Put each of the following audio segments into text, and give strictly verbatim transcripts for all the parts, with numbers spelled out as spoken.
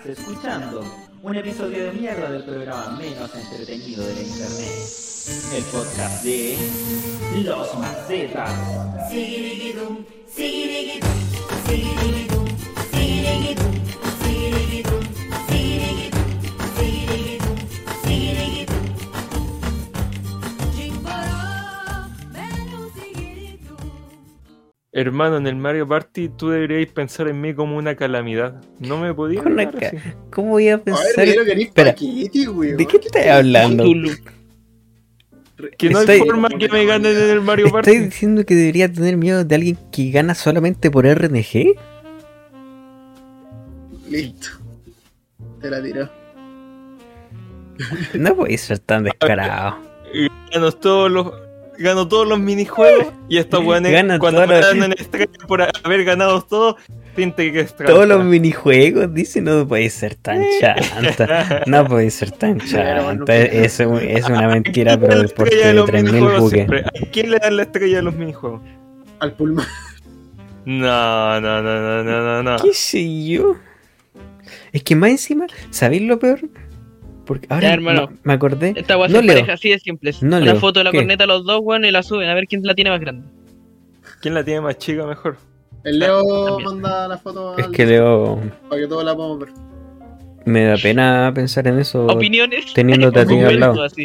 Estás escuchando un episodio de mierda del programa menos entretenido de la internet. El podcast de Los Macetas. Sigirigidum, sigirigidum, sigirigidum, sigirigidum, sigirigidum, sigirigidum, sigirigidum, sigirigidum. Hermano, en el Mario Party tú deberías pensar en mí como una calamidad. No me podías Una hablar ca- así. ¿Cómo voy a pensar? A ver, negro, querés Espera, paquete, weón. ¿de qué te estás hablando? Que no Estoy- hay forma que me ganen en el Mario ¿Estás Party. diciendo que debería tener miedo de alguien que gana solamente por R N G? Listo. Te la tiró. No puede ser tan descarado. Gano todos los, gano todos los minijuegos y estos weones Gana cuando me todos los- dan en estrella por haber ganado todos, sienten que es Todos los trampa. minijuegos, dice, no puede ser tan chanta. No puede ser tan chanta. Es, un- es una mentira, pero La del porte estrella de de los tres mil minijuegos buques. siempre. ¿A quién le dan la estrella de los minijuegos? Al pulmón. No, no, no, no, no, no, no. ¿Qué sé yo? Es que más encima, ¿sabéis lo peor? Porque ahora Ya, hermano. me- me acordé. Esta weá No se leo. pareja así de simple. No Una leo. foto de la ¿Qué? corneta a los dos, weón, y la suben a ver quién la tiene más grande. ¿Quién la tiene más chica mejor? El Leo También. manda la foto Es al- que Leo, para que todos la podamos ver. me da pena pensar en eso. Opiniones. teniéndote a ti al lado. Así.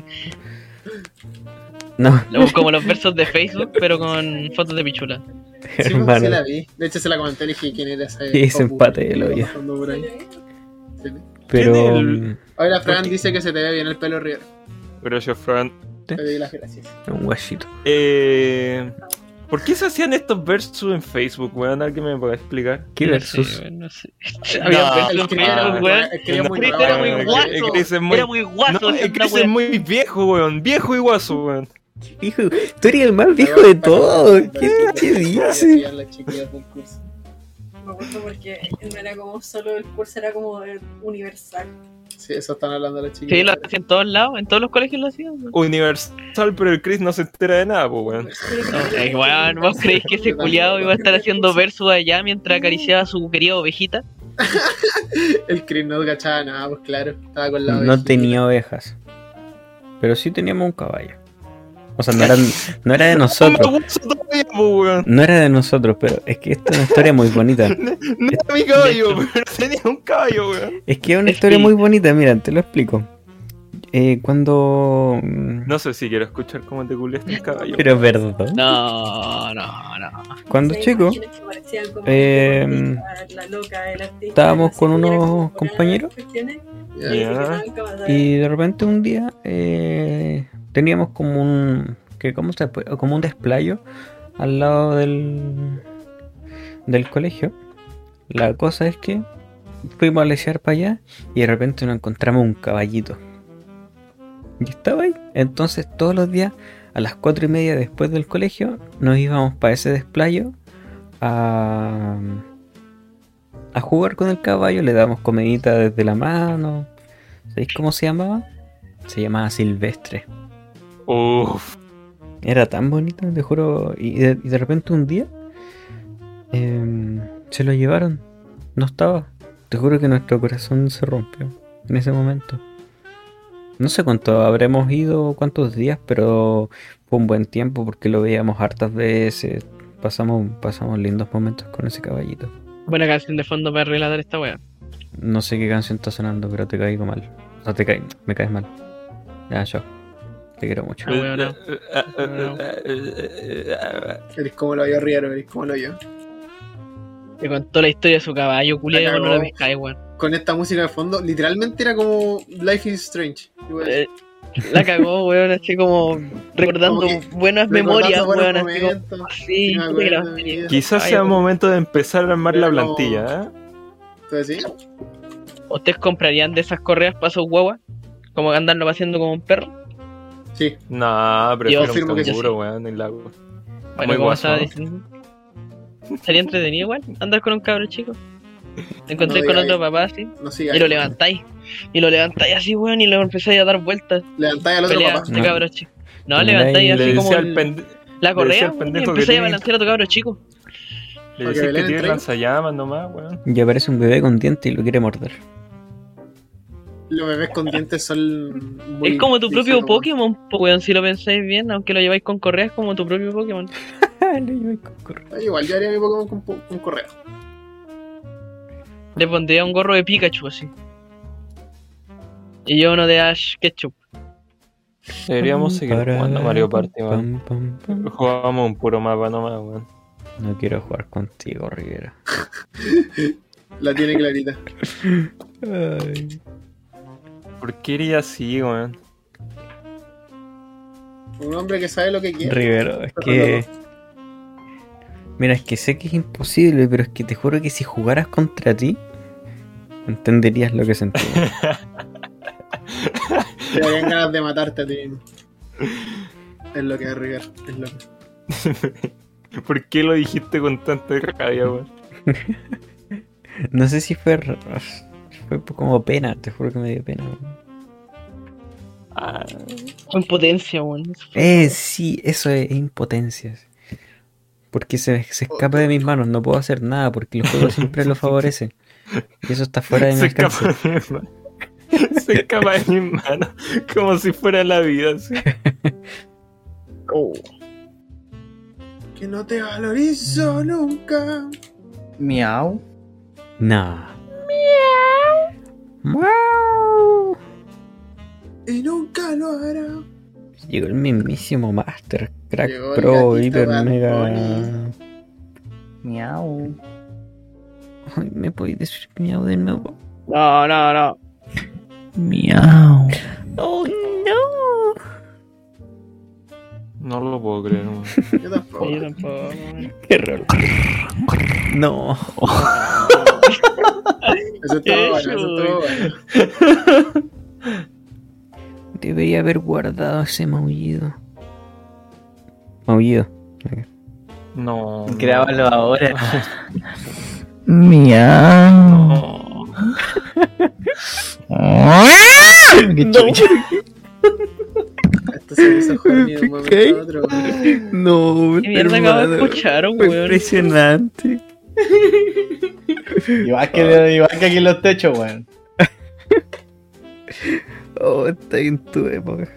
No, Como los versos de Facebook, pero con fotos de pichula. Sí, pues, hermano. sí la vi. De hecho, se la comenté y dije quién era ese. Sí, ese Goku empate que lo iba vi. pasando por ahí. Sí. Pero. ¿Quién es el- mm, Oye, la Fran Porque- dice que se te ve bien el pelo, River. Gracias, Fran. Te doy las gracias. Un guachito. Eh, ¿Por qué se hacían estos versus en Facebook, weón? ¿Alguien me puede explicar? ¿Qué No versus? sé, weón, no sé. Había No, versos El en que Facebook, era- weón. el que era muy Chris bravo, era muy el que- guaso. el Chris es muy- Era muy guaso. No, esa el Chris weá. es muy viejo, weón. Viejo y guaso, weón. Hijo, tú eres el más viejo de todos. ¿Qué, qué dices? Decían las chiquillas del curso. Me acuerdo porque no era como solo el curso, era como eh, universal. Sí, eso están hablando las chiquillas. Sí, lo hacían en todos lados, en todos los colegios lo hacían. weón. Universal, pero el Chris no se entera de nada, pues, weón. No, eh, weón, ¿vos creéis que ese culiado iba a estar haciendo versos allá mientras acariciaba a su querida ovejita? El Chris no cachaba nada, pues claro. Estaba con la No ovejita. tenía ovejas. Pero sí teníamos un caballo. O sea, no era, no era de nosotros. No me gusta todavía, pues, weón. No era de nosotros, pero es que esta es una historia muy bonita. No era mi caballo, pero tenía un caballo, weón. Es que es una Es historia que- muy bonita, mira, te lo explico. Eh, cuando... No sé si quiero escuchar cómo te culiaste el caballo. Pero es verdad. No, no, no. Cuando Esas chico, imágenes que parecían como eh, el artista, la loca, el artista, estábamos así, con era unos como puras compañeros. cuestiones, Ya. y Ya. se quedaban como de- Y de repente un día eh, teníamos como un... Que, ¿cómo se puede? Como un desplayo al lado del, del colegio. La cosa es que fuimos a lesear para allá y de repente nos encontramos un caballito. Y estaba ahí. Entonces todos los días a las cuatro y media después del colegio nos íbamos para ese desplayo a, a jugar con el caballo. Le damos comidita desde la mano. ¿Sabéis cómo se llamaba? Se llamaba Silvestre. Uff. Era tan bonito, te juro. Y de, y de repente un día em, se lo llevaron. No estaba. Te juro que nuestro corazón se rompió en ese momento. No sé cuánto habremos ido, cuántos días, pero fue un buen tiempo porque lo veíamos hartas veces. Pasamos, pasamos lindos momentos con ese caballito. Buena canción de fondo para relatar esta weá. No sé qué canción está sonando, pero te caigo mal. O sea, te caes, me caes mal. Ya, yo. Te quiero mucho. Ah, weón, no. Eres como lo vio Riero, eres como lo vio. Te contó la historia de su caballo, culiado, La no cagó. la pescáis, weón. Con esta música de fondo, literalmente era como Life is Strange. Igual. Eh, La cagó, weón, así como recordando Como que- buenas Recordando memorias, buenos weón, así como... momentos. Sí, Sí, me puta que la acuerdo de mi tenía. vida. Quizás Ay, sea weón. momento de empezar a armar la Pero como- plantilla, ¿eh? Entonces, sí. ¿Ustedes comprarían de esas correas para sus guaguas? Como andarlo paseando como un perro. Sí. No, prefiero afirmo un que canguro, sí. weón, en el lago. Bueno, Muy como guaso, estaba ¿no? diciendo. Sería entretenido igual, andar con un cabro chico. Te encontré No con digáis. otro papá así, No sigas. y lo levantáis. Y lo levantáis así, weón, y lo empezáis a dar vueltas. Levantáis al otro Pelea papá. de No. cabro chico. No, No, levantáis le- así Le como decía al el- pende- la le decía correa, al weón, y pendejo que empezáis a tenía- balancear a tu cabro chico. le Porque decía que Belén tiene entra ahí. lanzallamas nomás, weón. Y aparece un bebé con dientes y lo quiere morder. Los bebés con dientes son muy Es como tu propio físicos. Pokémon, po, weón, si lo pensáis bien, aunque lo lleváis con correa, es como tu propio Pokémon. Ay, igual yo haría mi Pokémon con, po- con correa. Le pondría un gorro de Pikachu así. Y yo uno de Ash Ketchup. Deberíamos seguir jugando Mario Party, weón. Pam, pam, pam. Jugamos un puro mapa nomás, weón. No quiero jugar contigo, Rivera. La tiene clarita. Ay. ¿Por qué iría así, weón? Un hombre que sabe lo que quiere. Rivero, es que. Mira, es que sé que es imposible, pero es que te juro que si jugaras contra ti, entenderías lo que sentí. Te darían ganas de matarte a ti mismo. Es lo que es River. Es lo que. ¿Por qué lo dijiste con tanta rabia, weón? No sé si fue. r- Fue como pena, te juro que me dio pena. Ah, Impotencia, weón. Eh, sí, eso es impotencia. sí. Porque se, se escapa de mis manos, no puedo hacer nada porque el juego siempre lo favorece. Y eso está fuera de mi se alcance. escapa de mis manos. Se escapa de mis manos. Como si fuera la vida, así. Oh. Que no te valorizo nunca. Miau. No. Miau. Y nunca lo hará. Llegó el mismísimo Master Crack Llegó el Pro gatito Hiper Bad Mega. Bunny. Miau. Ay, ¿me podéis decir miau de nuevo? No, no, no. Miau. Oh no. No lo puedo creer, weón. Yo tampoco. Yo tampoco, weón. Qué error. No. Eso estaba bueno, eso estaba bueno. Debería haber guardado ese maullido. Maullido. No. Grábalo ahora. Miau. Qué chucha. Esto se hizo horny de un momento ¿Qué? a otro. No, ¿Qué mierda acabo de hermano. escuchar, Fue weón? impresionante. Igual que, igual que aquí en los techos, weón. Oh, está en tu época.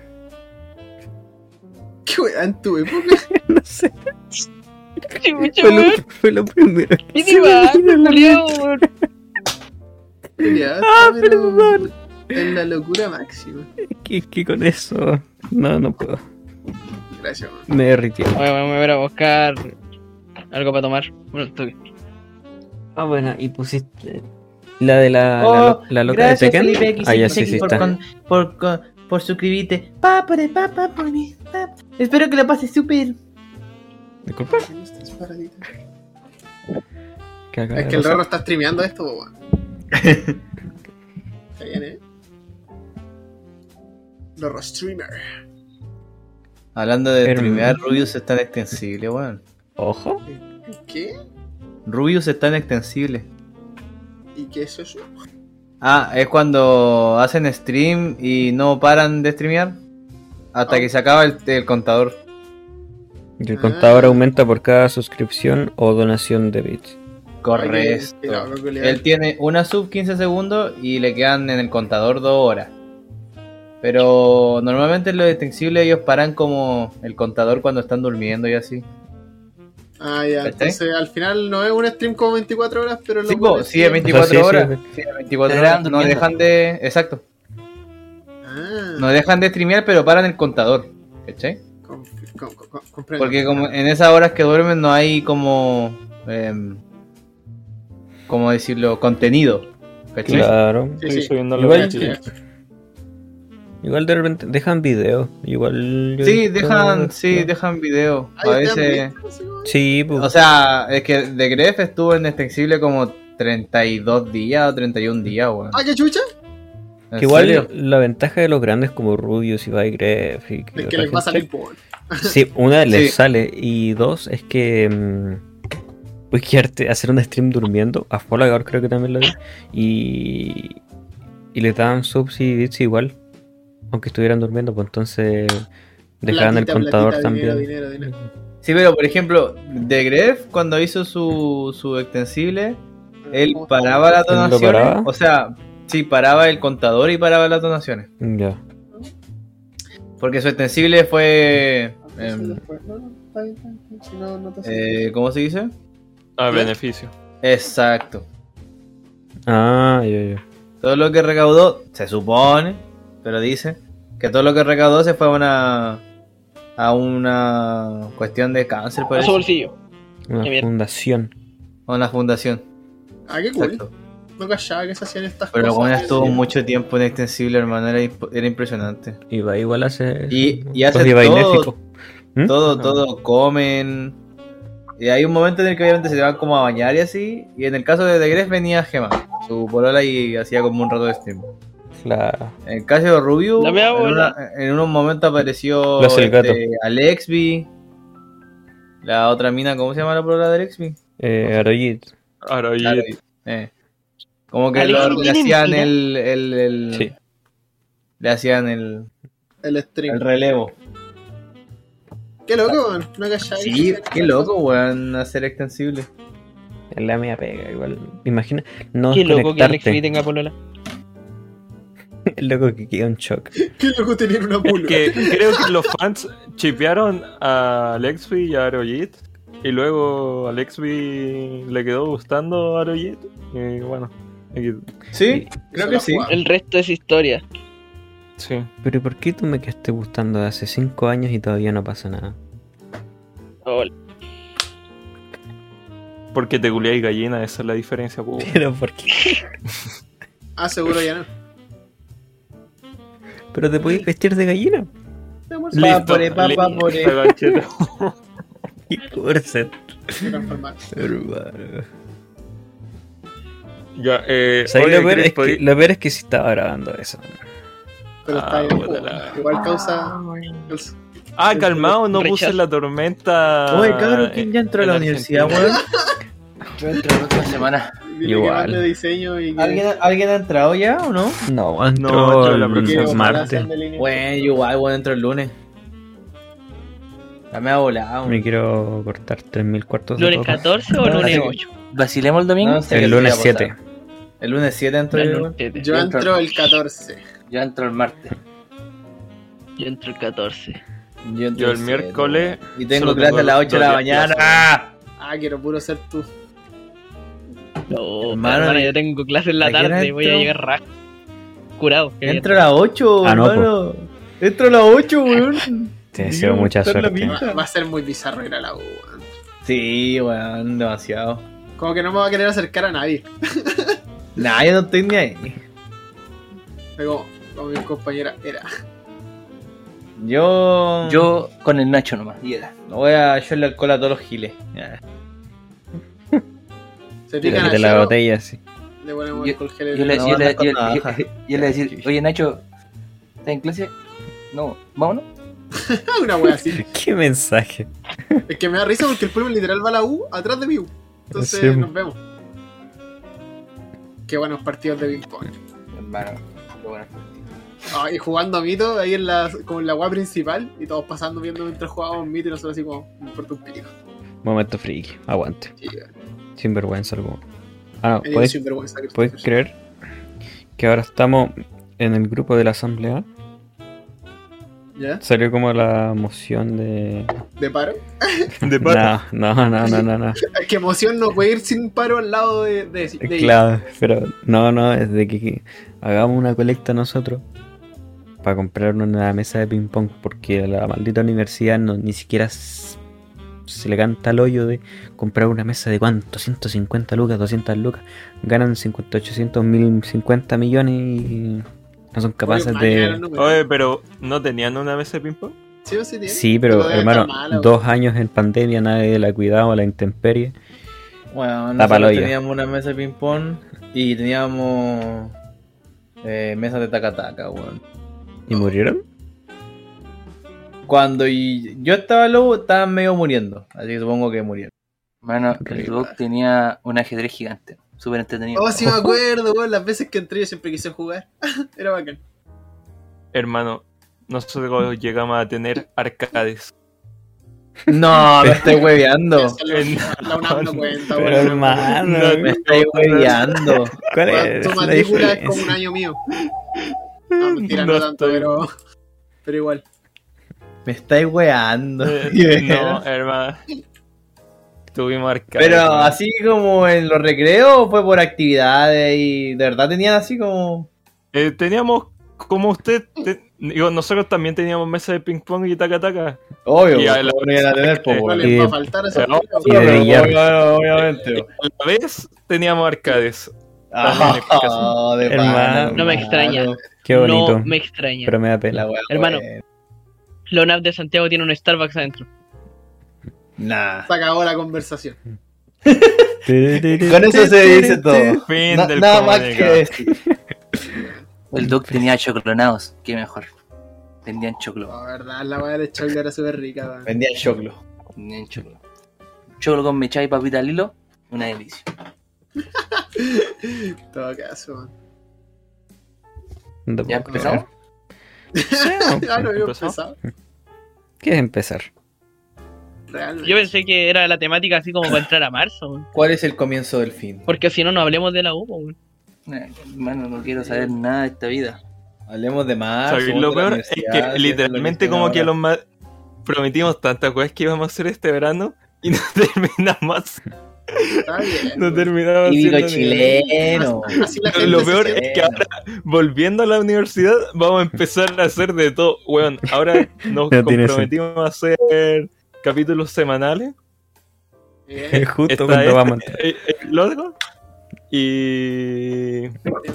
¿Qué weá en tu época? No sé. Chucha, Fue lo, weón. fue lo primero. que ¿Qué se te me va, vino a la culiao, mente. weón? Ya, Ah, pero perdón. en la locura máxima. Es que, es que con eso. No, no puedo. Gracias, man. Me derritió. Oye, me voy a ir a buscar algo para tomar. Bueno, estoy. Ah, bueno, y pusiste. La de la, Oh, la, lo- la loca gracias, de Tekken. Felipe X, Ah, ya X, sí, sí por, está. con- por, con- por suscribirte. Pa, por pa, pa, por mí. pa. Espero que lo pases súper. Disculpa. Estás paradita. ¿Qué acaba Es de que el pasar? Rorro está streameando esto, po, weón. Está bien, eh. Rorro streamer. Hablando de Hermoso. streamear, Rubius es tan extensible, weón. Ojo. ¿Qué? Rubius es tan extensible. ¿Y qué es eso? Ah, es cuando hacen stream y no paran de streamear hasta Oh. que se acaba el, el contador. Y el contador aumenta por cada suscripción o donación de bits. Correcto. Ay, qué- qué loco, culiao. Él tiene una sub quince segundos y le quedan en el contador dos horas. Pero normalmente en los extensibles ellos paran como el contador cuando están durmiendo y así. Ah, ya. ¿Cachai? Entonces, al final no es un stream como veinticuatro horas, pero Sí, lo po, sí, es veinticuatro O sea, sí, horas. sí, Sí, es veinticuatro Se horas. quedan No durmiendo. dejan de. Exacto. Ah, No dejan de streamear, pero paran el contador. ¿Cachai? com- com- com- comprendo. Porque como en esas horas que duermen no hay como. em, ¿Cómo decirlo? Contenido. ¿Cachai? Claro. Sí, Estoy sí. subiendo la Igual- partida. Igual de repente dejan video. Igual. yo he Sí, visto- dejan, sí, dejan video. A Ay, ¿te han veces. visto? Así como- Sí, pues. O sea, es que de Gref estuvo en extensible como treinta y dos días o treinta y un días, weón. Ah, qué chucha. ¿En que igual serio? la ventaja de los grandes como Rubius y Bygref y Es que otra les va a gente- salir por. Sí, una les Sí. sale y dos es que mm, puedes quedarte hacer un stream durmiendo. A Folagor creo que también lo vi. Y, y les daban subs y bits igual, aunque estuvieran durmiendo, pues entonces dejaban el Platita, contador platita, también. dinero, dinero, dinero. Sí, pero por ejemplo, de Gref, cuando hizo su, su extensible, él ¿Cómo paraba las ¿Él lo donaciones. paraba? O sea, Sí, paraba el contador y paraba las donaciones. Ya. Porque su extensible fue... em, Después, no, no, está bien, está bien, si no, no te sirve. eh, ¿Cómo se dice? A beneficio. Exacto. Ah, ya, ya. Todo lo que recaudó, se supone, pero dice, que todo lo que recaudó se fue a una... a una cuestión de cáncer, A parece. su bolsillo. Una Qué mierda. fundación. A una fundación. Ah, qué cool. Exacto. No cachaba que se hacían estas Pero cosas. bueno, estuvo Sí. mucho tiempo en extensible, hermano, era, imp- era impresionante. Y va igual hace. Y, y hace cosas todo, benéficos. ¿Mm? todo, todo, comen. Y hay un momento en el que obviamente se van como a bañar y así. Y en el caso de The Gref venía Gema, su polola, y hacía como un rato de stream. Claro. En el caso de Rubio, La mea en, bola. una- en unos momentos apareció Lo hace el gato. este, Alexby. La otra mina, ¿cómo se llama la polola de Alexby? Eh, Aroyit. Ahora, oye, Claro, eh. Como que Alexby lo- le tiene hacían mina. el, el, el- Sí. le hacían el, El stream. el relevo. Qué loco, man. No cachaba. que se Sí, hacían qué estas loco, weón, hacer extensible. Es la mía pega, igual. Imagina, no Qué loco que Alex desconectarte. tenga polola. El loco que queda en shock. cosas. Qué loco tener una es pulga. que creo que los fans chipearon a Alexby y a Aerojit. Y luego a Alexby le quedó gustando a Aerojit. Y bueno, aquí- Sí, creo Se que la sí. jugaba. El resto es historia. sí. Pero ¿por qué tú me quedaste gustando de hace cinco años y todavía no pasa nada? Hola. Porque te culiáis gallina, esa es la diferencia. po. Pero ¿por qué? Ah, seguro ya no. Pero te podéis vestir de gallina. Pa, pore, pa, pa, pore. listo, ganchete. Y corset. Se transformar. Hermano. Ya, eh, ¿Sabes oye, lo, peor ¿querés es que, poder- lo peor es que sí estaba grabando eso. Pero Ah, está bien. puta po, la- igual causa. causa- Ah, calmado, no Rechazo. puse la tormenta. Oye, cabrón, ¿quién ya entró a en la universidad, Argentina. weón? Yo entro la próxima semana. Dile Igual. que mande diseño y que. ¿Alguien, ¿Alguien ha entrado ya o no? No, No, entró entró la el próxima que ojalá martes. sean de línea. Bueno, yo igual, bueno, entro el lunes. Ya me ha volado. Me quiero cortar tres mil cuartos de ¿Lunes coca. catorce o Ah, lunes sí. ocho? ¿Vacilemos el domingo? No sé qué El te lunes iba a siete. pasar. El lunes siete entro yo, weón. Yo Yo entro el catorce. Yo entro el martes. entro el catorce. Yo, entro Yo el siete, miércoles weón. Y tengo solo clase tengo a las ocho de la dos días mañana. Ah, quiero puro ser tú. No, Hermano, hermano, yo tengo clase en ¿a la qué hora tarde y voy a entro? llegar rajo. Curado. qué bien. Entro a las ocho, Ah, no, hermano. Entro a las ocho, weón. Te deseo mucha Está en la suerte. mitad. Va, va a ser muy bizarro ir a la U, weón. Sí, weón, demasiado. Como que no me va a querer acercar a nadie. Nah, yo no estoy ni ahí. Fue como, como mi compañera era. Yo. Yo con el Nacho nomás. Y era. No voy a echarle alcohol a todos los giles. Ya. Se pican De a la cero, botella, sí. le ponemos Yo- alcohol gel. Yo le, No, yo le, andas con yo- navaja. yo- yo le decir, oye Nacho, ¿estás en clase? No, vámonos. Una wea así. ¿Qué mensaje? Es que me da risa porque el pueblo literal va a la U atrás de mi U. Entonces Sí. nos vemos. Qué buenos partidos de ping pong. Hermano, qué bueno. Ah, y jugando a Mito ahí en la, como en la web principal y todos pasando viendo mientras jugábamos Mito y nosotros así como, me importa un pico. Momento friki. Aguante. Sí, Sin vergüenza alguno. Ah, no. medio ¿Podéis, sinvergüenza que podéis soy. creer que ahora estamos en el grupo de la asamblea? ¿Ya? Salió como la moción de... ¿De paro? De pata. No, no, no, no, no, no. Es que emoción no puede ir sin paro al lado de, de, de Claro, pero no, no, es de que, que hagamos una colecta nosotros para comprarnos una mesa de ping pong porque a la maldita universidad no, ni siquiera s- se le canta el hoyo de comprar una mesa de cuánto, ciento cincuenta lucas, doscientas lucas, ganan cincuenta, ochocientos, mil cincuenta millones y no son capaces de... Oye, pero ¿no tenían una mesa de ping-pong? Sí, o sí, tiene. Sí, pero debe hermano, estar mala, dos años en pandemia, nadie la ha cuidado a la intemperie. Bueno, Tapa el nosotros hoyo. teníamos una mesa de ping pong y teníamos eh, mesas de taca-taca, weón. ¿Y murieron? Cuando y- yo estaba lobo, estaban medio muriendo, así que supongo que murieron. Mano, Increíble. el Duoc tenía un ajedrez gigante. Súper entretenido. Oh, sí me acuerdo, weón. Las veces que entré yo siempre quise jugar. Era bacán. Hermano, nosotros llegamos a tener arcades. No, me estoy hueveando. Eso es lo- La UNAM no cuenta, Pero weón. hermano, Me estoy hueveando. ¿cuál Weón, es tu la matrícula es como diferencia? un año mío. No, mentira, no, No tanto, estoy- pero. Pero igual. Me estáis hueando. Eh, no, hermano. Tuvimos arcade. Pero weón. así como en los recreos fue por actividades y de verdad tenían así como... Eh, teníamos, como usted, te- digo, nosotros también teníamos mesa de ping pong y taca taca. Obvio, Y a pues, la- ¿cómo no iban a tener, po, No weón? Y les va de- a faltar esa pero- cosa, y de weón. billar. Obvio- Obviamente. A la vez teníamos arcades. Ah, de Hermano. pana, No me extraña. hermano. Qué bonito. No me extraña. Pero me da La pena. wea Hermano. buena. La UNAP de Santiago tiene un Starbucks adentro. Nah. Se acabó la conversación. Con eso se dice todo. Fin Na- del nada más que comunicado. decir. El Doc tenía choclonados, qué mejor. Vendían choclo. La verdad, la weá de choclo era súper rica, weón. Vendían choclo. Vendían choclo. Choclo con mechá y papita Lilo, una delicia. En todo caso, weón. No ¿Ya puedo empezamos? creer. Ya no había ¿Empezó? empezado. ¿Qué es empezar? Realmente. Yo pensé que era la temática así como para entrar a marzo, weón. ¿Cuál es el comienzo del fin? Porque si no, no hablemos de la U, weón. Eh, hermano, no quiero saber nada de esta vida. Hablemos de más. ¿Sabes? Lo peor es que literalmente como que los más prometimos tantas cosas que íbamos a hacer este verano y no terminamos. Está bien. No weón. terminamos Típico haciendo ni- chileno. Así la Lo- gente Lo se peor siente. es que ahora, volviendo a la universidad, vamos a empezar a hacer de todo. Weón, ahora nos No tiene comprometimos a hacer capítulos semanales. Bien. Es justo Está cuando este, vamos a entrar. eh, eh, el otro. Y.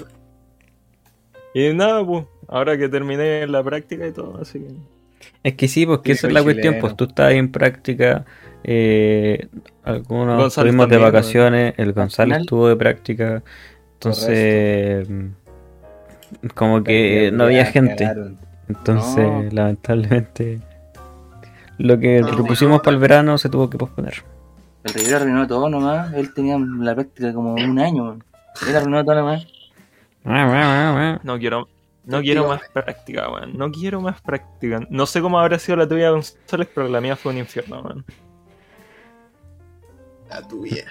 Y nada, pues. Ahora que terminé la práctica y todo, así que. Es que sí, porque esa es Típico la cuestión, chileno. pues tú estás en práctica, eh, algunos Gonzalo estuvimos de también, vacaciones, el Gonzalo final- estuvo de práctica, entonces mm, como que no había gente, entonces No. lamentablemente lo que No. propusimos para el verano se tuvo que posponer. El Rivero arruinó todo nomás. Él tenía la práctica como un año, weón. Él arruinó todo nomás. No quiero. No quiero más práctica, weón. No quiero más práctica. No sé cómo habrá sido la tuya, González, pero la mía fue un infierno, weón. La tuya.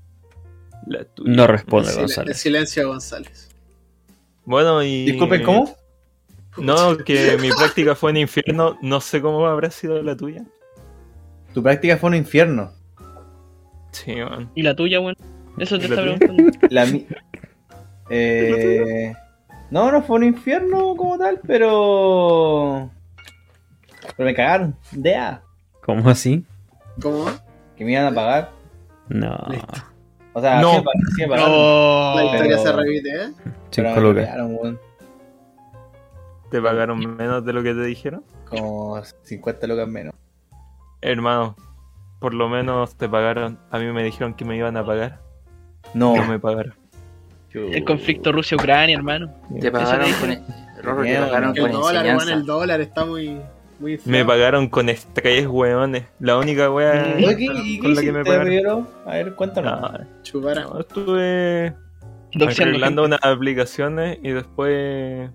La tuya. No responde El sil- El González. silencio de González. Bueno, y. Disculpen, ¿cómo? No, que mi práctica fue un infierno. No sé cómo habrá sido la tuya. Tu práctica fue un infierno. Sí, weón. ¿Y la tuya, weón? Eso te ¿Y la está tuya? preguntando. La mi... eh... No, no fue un infierno como tal, pero... Pero me cagaron. Dea. ¿Cómo así? ¿Cómo? Que me iban a pagar. No, Listo. O sea, No. sí me pagaron, sí me pagaron. No. La historia pero- se repite, ¿eh? Pero cinco me lucas. cagaron, weón. ¿Te pagaron menos de lo que te dijeron? Como cincuenta lucas menos. Hermano, por lo menos te pagaron. A mí me dijeron que me iban a pagar. No. No me pagaron. El conflicto Rusia-Ucrania, hermano. Te pagaron Eso con. te- Rorro, te Mierda. pagaron El con dólar, weón, enseñanza. el dólar está muy. Muy Me inflado. pagaron con estrellas, weones. La única wea Oye, ¿qué- ¿Y qué con la que me hiciste, pagaron. Rivero? A ver, cuéntanos. No, Chupara. no, estuve Doxeando arreglando gente. unas aplicaciones y después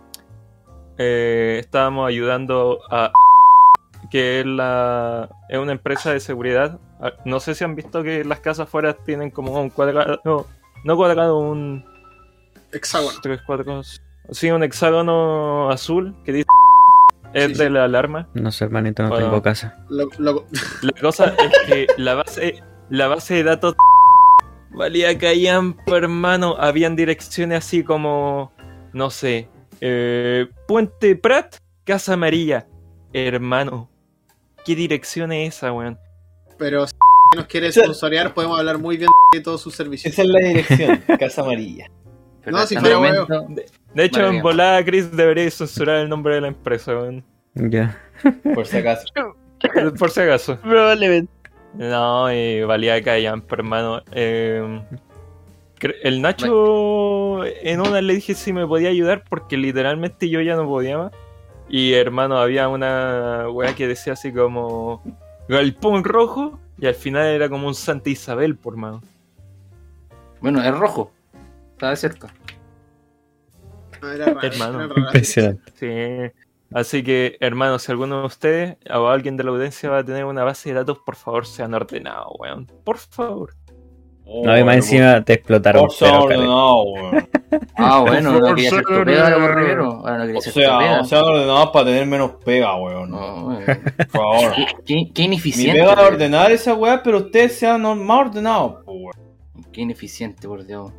eh, estábamos ayudando a que es la es una empresa de seguridad. Ah, no sé si han visto que las casas afuera tienen como un cuadrado, no, no cuadrado, un Hexágono. tres cuadros, sí, un hexágono azul que dice es Sí, de sí. la alarma. No sé, hermanito, no Bueno. tengo casa. Lo, lo- La cosa es que la base, la base de datos valía callampa, hermano. Habían direcciones así como, no sé, eh, Puente Prat, Casa Amarilla. Hermano, ¿qué dirección es esa, weón? pero si nos quiere Esa- sponsorear, podemos hablar muy bien de todos sus servicios. Esa es la dirección, Casa Amarilla. Pero No, si hasta el fuera momento, De hecho, Madre en mía. volada, Chris debería censurar el nombre de la empresa, weón. Ya. Por si acaso. Por si acaso. Probablemente. No, eh, valía callampa, hermano. Eh, cre- el Nacho en una le dije si me podía ayudar porque literalmente yo ya no podía más. Y hermano, había una weá que decía así como Galpón Rojo y al final era como un Santa Isabel, por mano. Bueno, es rojo. Estaba cierto. No, era raro, Hermano. era raro. Impresionante. Sí. Así que, hermanos, si alguno de ustedes o alguien de la audiencia va a tener una base de datos, por favor, sean ordenados, weón. Por favor. No, y más encima te explotaron. Por favor, pero, no, weón. Ah, bueno, no quería ser tu Por pega, favor. por Rivero. Ahora no quería O ser tu sea, pega. o sea, ordenados para tener menos pega, weón. No, weón. Por favor. Qué, qué Mi ineficiente. pega es weón. ordenar esa weá, pero ustedes sean no- más ordenados, po, weón. Qué ineficiente, por Dios.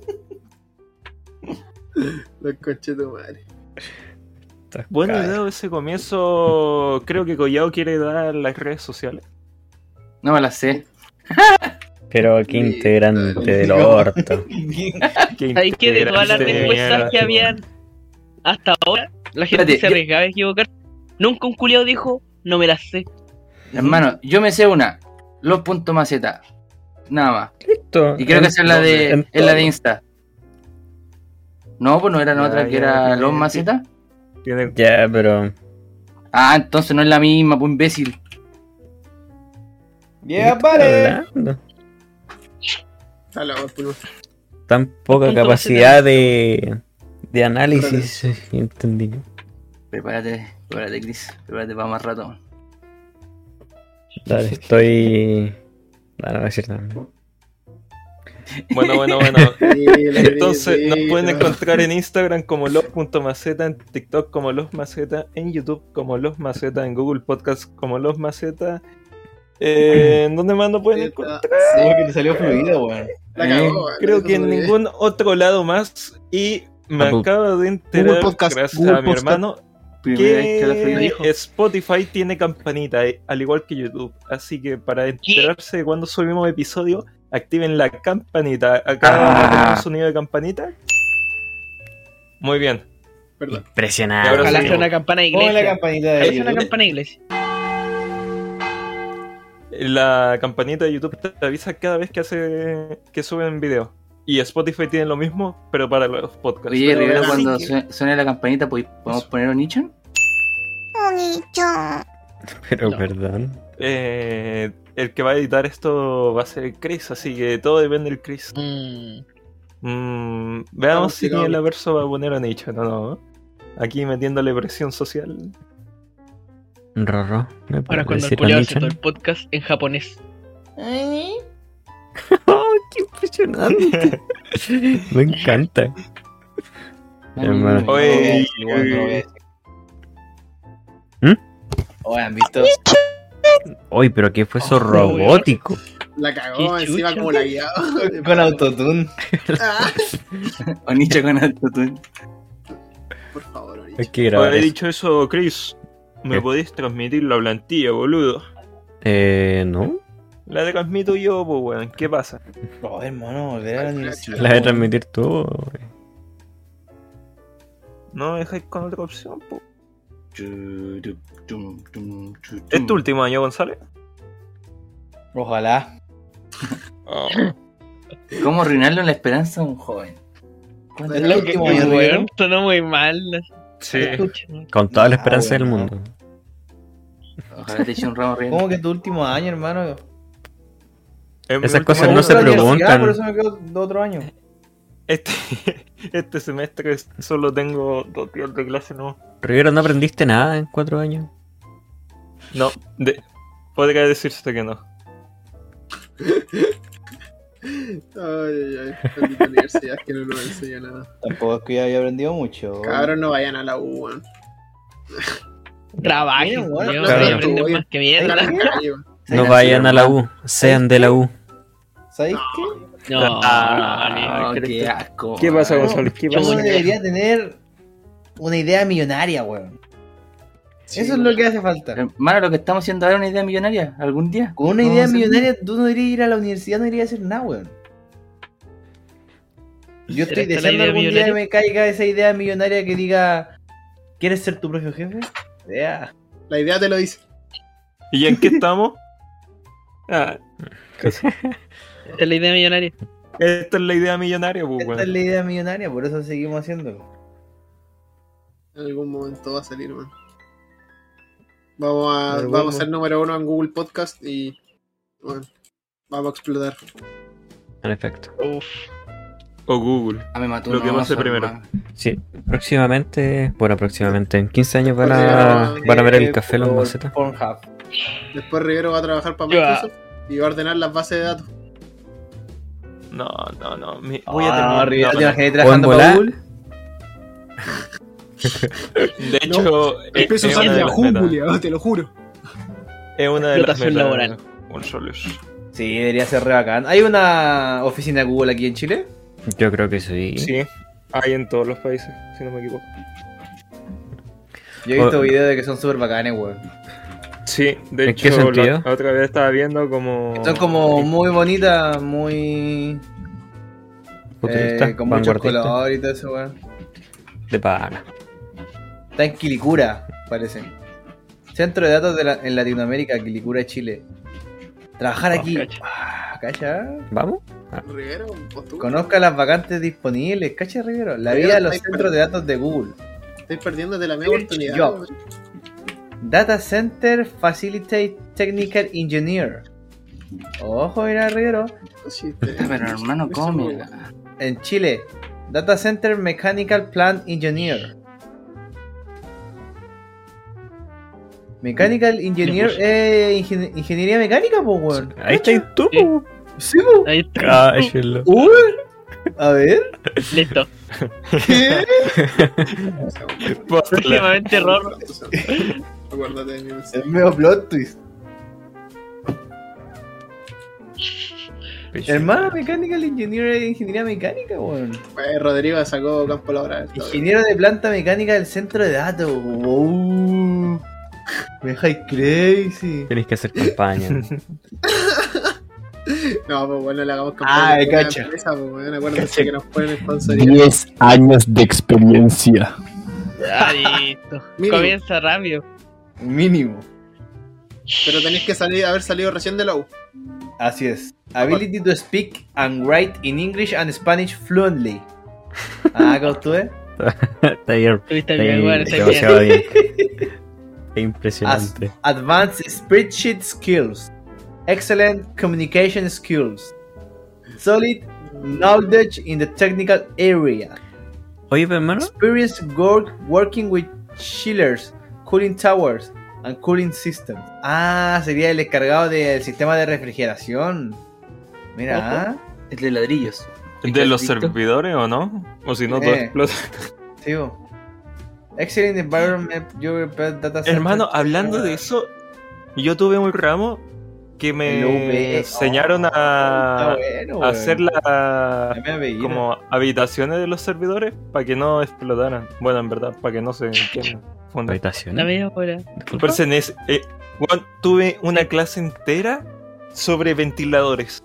Los coches de madre. Bueno, dado ese comienzo, creo que Collao quiere dar las redes sociales. No me la sé. pero qué integrante del orto. Ahí que de todas las integrante, respuestas mierda. que habían hasta ahora, la gente Espérate, se yo- arriesgaba a equivocar. Nunca un culiao dijo, no me la sé. Hermano, yo me sé una. Los puntos maceta. Nada más. Listo. Y creo que esa es la de, en es la de todo. Insta. No, pues no era la Ya, otra que ya, era tiene- los maceta. Tiene- Ya, pero. Ah, entonces no es la misma, pues imbécil. Yeah, ¿qué vale. estás hablando? Está loco, primo. Tan poca Punto capacidad de, de análisis. Entendí. Prepárate, prepárate, Chris. Prepárate para más rato. Dale, estoy. No, no voy a decir nada. Bueno, bueno, bueno. Dile, Entonces dile, nos pueden dile. encontrar en Instagram como los.maceta, en TikTok como losmaceta, en YouTube como losmaceta, en Google Podcast como losmaceta. Eh, ¿En dónde más nos pueden encontrar? Sí, que te salió fluido, weón. La Eh, cagó, weón. creo Eso que en fue bien. ningún otro lado más. Y me Apple. acabo de enterar, Google Podcast, gracias Google a mi Podcast. hermano, Primera vez que la Felipe que dijo. Spotify tiene campanita, eh, al igual que YouTube. Así que para enterarse de cuando subimos episodio, activen la campanita. Acá Ah. tenemos un sonido de campanita. Muy bien. Perdón. Impresionante. Ahora Ojalá sí. sea una campana de Ponle la iglesia. campanita de Ojalá sea una YouTube. campana de iglesia. La campanita de YouTube te avisa cada vez que hace que suben video. Y Spotify tiene lo mismo, pero para los podcasts. Oye, Pero Rivero, así cuando que- sue- suene la campanita, pues, ¿podemos poner un nicho? Pero No. perdón. eh, el que va a editar esto va a ser el Chris, así que todo depende del Chris. Mm, Mm, veamos Vamos, si sigamos. la verso va a poner a Nicho, no, no. Aquí metiéndole presión social. Rorro. ¿Me Ahora puedes cuando el decir culiao la hace todo Nichan? el podcast en japonés. ¡Oh, qué impresionante! Me encanta. Hermano. No, Oye, no lo voy a decir, weón, no lo voy a decir. ¿Mm? Oye, ¿han visto? Uy, pero ¿qué fue eso Oh, robótico? La cagó Qué encima chucha. como la guiaba. Con autotune. Ah, O nicho con autotune. por favor, Oricho. Hay que grabar Haber eso. dicho eso, Chris, ¿me ¿Qué? podéis transmitir la plantilla, boludo? Eh, ¿no? La transmito yo, pues, weón. ¿Qué pasa? Oh, hermano, volver a la universidad. La voy a transmitir tú. güey. No me dejáis con otra opción, pues. Chu, tu, tum, tum, chu, ¿Es tum. tu último año, González? Ojalá. ¿Cómo arruinarle la esperanza a un joven? ¿Cuánto- Es lo último año, Weón, Rivero. sonó muy mal. Sí. Escucha. Con toda la Ah, esperanza del bueno. mundo. Ojalá te eche un ramo riendo. ¿Cómo que tu último año, hermano? Es mi Esas último cosas año. no se Me gusta la universidad, preguntan. Por eso me quedo de otro año. Este, este semestre solo tengo dos días de clase, no. Rivero, ¿no aprendiste nada en cuatro años? No, de, podría decirse que no. Ay, ay, ay. Maldita universidad que no nos enseña nada. Tampoco es que ya había aprendido mucho. Cabros, no vayan a la U, weón. Trabajen, Bien, bueno, weón, claro. y aprenden más que Ahí está la mierda. calle, weón. No vayan a la U, sean de la U. ¿Sabéis qué? No, Ah, Oh, qué asco. ¿Qué pasa, weón. González? ¿Qué Yo pasa? Uno debería tener una idea millonaria, weón. Sí, Eso es lo que hace falta. Hermano, lo que estamos haciendo ahora es una idea millonaria. ¿Algún día? Con una Vamos a idea hacer- millonaria, tú no deberías ir a la universidad, no deberías hacer nada, weón. Yo ¿Será estoy esta la deseando idea algún día millonaria? que me caiga esa idea millonaria que diga: ¿quieres ser tu propio jefe? Yeah. La idea te lo dice. ¿Y en qué estamos? Ah, Esta es la idea millonaria. esta es la idea millonaria, pues, Esta es weón. la idea millonaria, por eso seguimos haciéndolo. En algún momento va a salir, man. Vamos a, Pero vamos bueno. a ser número uno en Google Podcast y bueno, vamos a explotar. En efecto. Uf. O Google. Ah, me mató Lo un que pase oso, primero. hermano. Sí, próximamente, bueno, próximamente en quince años van Ah, a, van a ver el café los por macetas. Pornhub. Después Rivero va a trabajar para Ya. Microsoft y va a ordenar las bases de datos. No, no, no. mi- voy a Ah, terminar. Rivero, no, ¿te no. imaginas trabajando O en para volar. Google? De hecho, es, Empiezo a es usar una de las Yahoo, metas. culiao, te lo juro. Es una de las Explotación metas laboral. consoles. Sí, debería ser re bacán. ¿Hay una oficina de Google aquí en Chile? Yo creo que sí. Sí, hay en todos los países, si no me equivoco. Yo he visto O- videos de que son súper bacanes, weón. Sí, de ¿En hecho, qué sentido? La, la otra vez estaba viendo como... Son como muy bonitas, muy... Futurista, eh, con muchos vanguardista, colores y todo eso, weón. de pana. Está en Quilicura, parece. Centro de datos de la- en Latinoamérica, Quilicura, Chile. Trabajar Oh, aquí. cacha. Ah, cacha. ¿Vamos? Rivero, pues tú. Conozca las vacantes disponibles. Cacha, Rivero. La Rivero, vida de los estáis centros de datos de Google. Estoy perdiéndote la media oportunidad. Yo. weón. Data Center Facilitate Technical Engineer. Ojo, mira, Rivero. Sí, te- Pero hermano, Eso, come. weón. En Chile. Data Center Mechanical Plant Engineer. Mechanical Engineer es ingen- ingeniería mecánica, pues, weón. Ahí está tú. Sí. Sí, po. Ahí está. Cállalo. Uy. A ver. Listo. ¿Qué? Próximamente error. Acuérdate de mi mensaje. Es medio plot twist. Hermano, Mechanical Engineer es ingeniería mecánica, weón. Pues Rodrigo sacó campo laboral. Ingeniero de planta mecánica del centro de datos. Wow. Me dejáis crazy. Tenéis que hacer campaña. No, pues bueno, le hagamos Ah, campaña. de con una cacha. empresa, pues bueno, acuérdense que nos ponen sponsoría. diez años de experiencia. Ya, listo. Mínimo. Comienza rápido. Mínimo. Pero tenéis que salir, haber salido recién de la U. Así es. Ability to speak and write in English and Spanish fluently. Ah, ¿cómo estuve? Está ahí, Estuviste está bien, ahí weón, está demasiado bien. bien. Es impresionante. Advanced spreadsheet skills. Excellent communication skills. Solid knowledge in the technical area. Oye, pero hermano, Experience work, working with chillers, cooling towers, and cooling systems. Ah, sería el encargado del sistema de refrigeración. Mira, ah, Es de ladrillos. ¿De los ¿Listo? servidores o no? O si no, todo Eh. explota. sí, bo. Excellent environment, your data center. Hermano, hablando de eso, yo tuve un ramo que me El U P. enseñaron Oh, está a, bueno, a weón. hacer la, Ya me apellida. como habitaciones de los servidores para que no explotaran. Bueno, en verdad, para que no se quemen. Fue una- habitación. La media hora. Disculpa. Pero en ese- eh, weón, tuve una clase entera sobre ventiladores.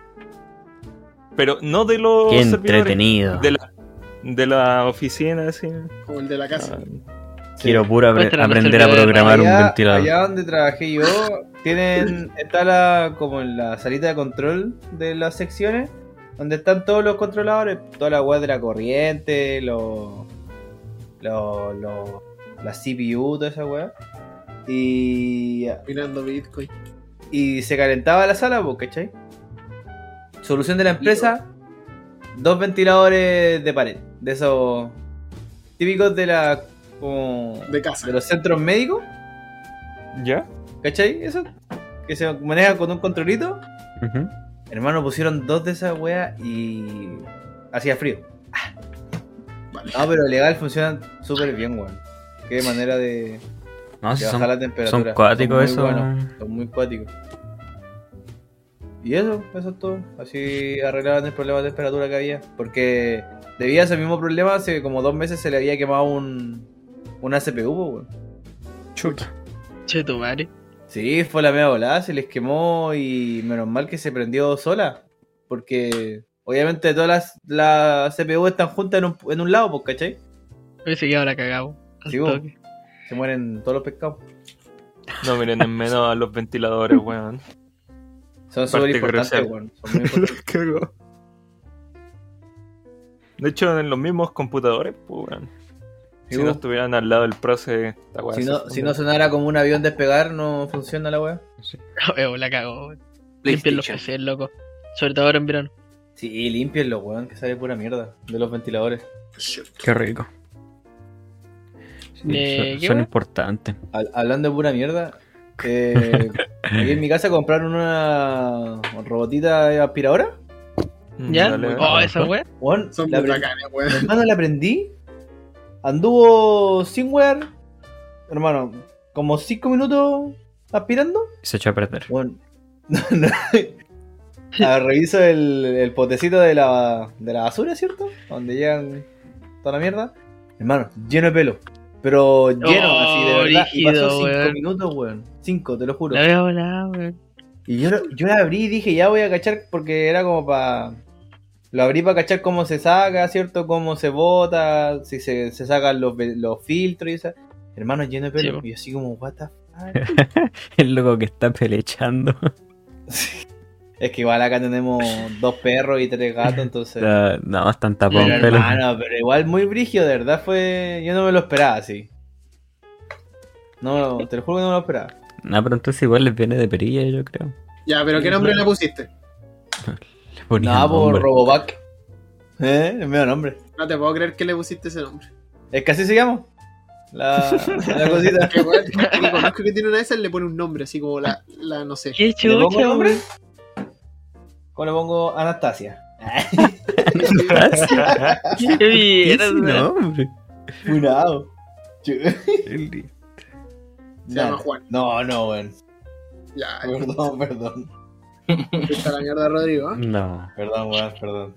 Pero no de los Qué servidores, entretenido. de la, de la oficina, así. Como el de la casa. Ah, Quiero puro apre- Muéstranos aprender a el servidor. programar un allá, ventilador. allá donde trabajé yo, tienen, está la, como en la salita de control de las secciones, donde están todos los controladores, toda la web de la corriente, los, los, los, la C P U, toda esa web. Y, Mirando Bitcoin. y se calentaba la sala, pues, ¿cachai? Solución de la empresa, dos ventiladores de pared, de esos típicos de la, como, De casa. de los centros médicos. ¿Ya? ¿Cachai? Eso. Que se maneja con un controlito. Ujú. Hermano, pusieron dos de esas weas y hacía frío. Ah. Vale. No, pero legal funcionan súper bien, weón. Qué manera de, No, si de son, bajar la temperatura. son cuáticos muy eso. buenos, son muy cuáticos. Y eso, eso es todo. Así arreglaban el problema de temperatura que había. Porque debido a ese mismo problema, hace como dos meses se le había quemado un, una C P U, po, weón. Chuta. Che, tu madre. Sí, fue la media volada, se les quemó y menos mal que se prendió sola. Porque obviamente todas las, las C P U están juntas en un, en un lado, pues, ¿cachai? Hubiese quedado la cagado. Al Sí, vos. toque. Se mueren todos los pescados. No miren en menos a los ventiladores, weón. Son súper Parte importantes, crucial. weón. Son muy importantes. Cagó. De hecho, en los mismos computadores, pues, weón. Sí, Si no vos. estuvieran al lado del proce, esta weá Si se no, funde. si no sonara como un avión despegar, no funciona la weá. Weón, la cagó. Limpian los PlayStation. P C, loco. Sobre todo ahora en verano. Sí, límpienlo, weón, que sale pura mierda de los ventiladores. Qué rico. Sí, Eh, son, ¿qué son más? importantes. Hab- Hablando de pura mierda, eh, aquí en mi casa compraron una robotita aspiradora. ¿Ya? Dale, Oh, dale. esa weá. Weón, Son la muy pre- bacanes, weón. hermano, la prendí. Anduvo sin wear. Hermano, como cinco minutos aspirando. Y se echó a perder. Bueno, no, a ver, reviso el, el potecito de la, de la basura, ¿cierto? Donde llegan toda la mierda. Hermano, lleno de pelo. Pero lleno, Oh, así de verdad. Y pasó rígido, cinco weón. minutos, weón. Cinco, te lo juro. La voy a volar, weón. Y yo, lo- yo la abrí y dije, ya voy a cachar, porque era como para... Lo abrí para cachar cómo se saca, ¿cierto? Cómo se bota, si se, se sacan los, ve- los filtros y eso. Hermano, lleno de pelo. Sí, po. Y yo así como, what the fuck. El loco que está pelechando. Es que igual acá tenemos dos perros y tres gatos, entonces... Ah, no, están tapados Pero en pelo. hermano, pero igual muy brígido, de verdad fue... Yo no me lo esperaba así. No, te lo juro que no me lo esperaba. No, pero entonces igual les viene de perilla, yo creo. Ya, pero ¿qué nombre le pusiste? Le ponían Nada, por nombre. Roboback. ¿Eh? El medio nombre. No te puedo creer que le pusiste ese nombre. Es que así se llama. La, la cosita. Que weón, gente que conozco que tiene una de esas le pone un nombre, así como la, la no sé. Qué ¿Le pongo chucha, nombre? weón. ¿Cómo le pongo Anastasia? Qué ¿Qué mierda. es ese nombre? Funado. Se llama Juan. No, no, weón. Ya, Perdón, perdón. está la mierda, Rodrigo. ¿eh? No. Perdón, weón, perdón.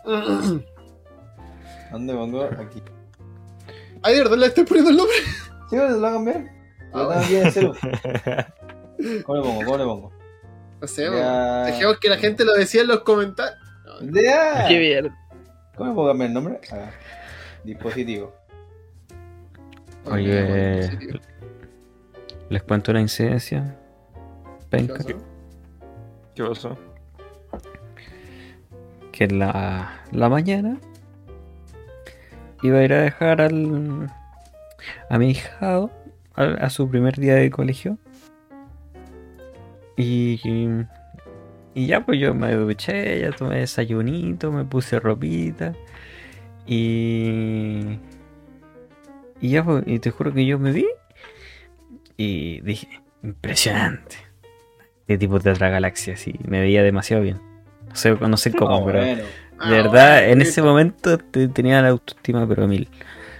¿Dónde pongo? Aquí. Ay, de verdad le estoy poniendo el nombre. ¿Sí, weón? ¿Lo va a cambiar? Ah, Lo tengo aquí en celu. ¿Cómo le pongo? ¿Cómo le pongo? No sé, Ya. weón. Dejemos que la gente lo decía en los comentarios. No, ¡Ya! Qué mierda. ¿Cómo le puedo cambiar el nombre? Ah, dispositivo. Oye, les cuento una incidencia. ¿Qué Penca. pasó? ¿Qué pasó? Que en la, la mañana iba a ir a dejar al a mi hijado a, a su primer día de colegio y, y ya pues yo me duché, ya tomé desayunito, me puse ropita y y ya pues, y te juro que yo me vi y dije, impresionante, de tipo de otra galaxia, así, me veía demasiado bien. No sé, no sé cómo, Ah, pero bueno. Ah, de verdad, bueno, en listo. ese momento te- tenía la autoestima pero mil.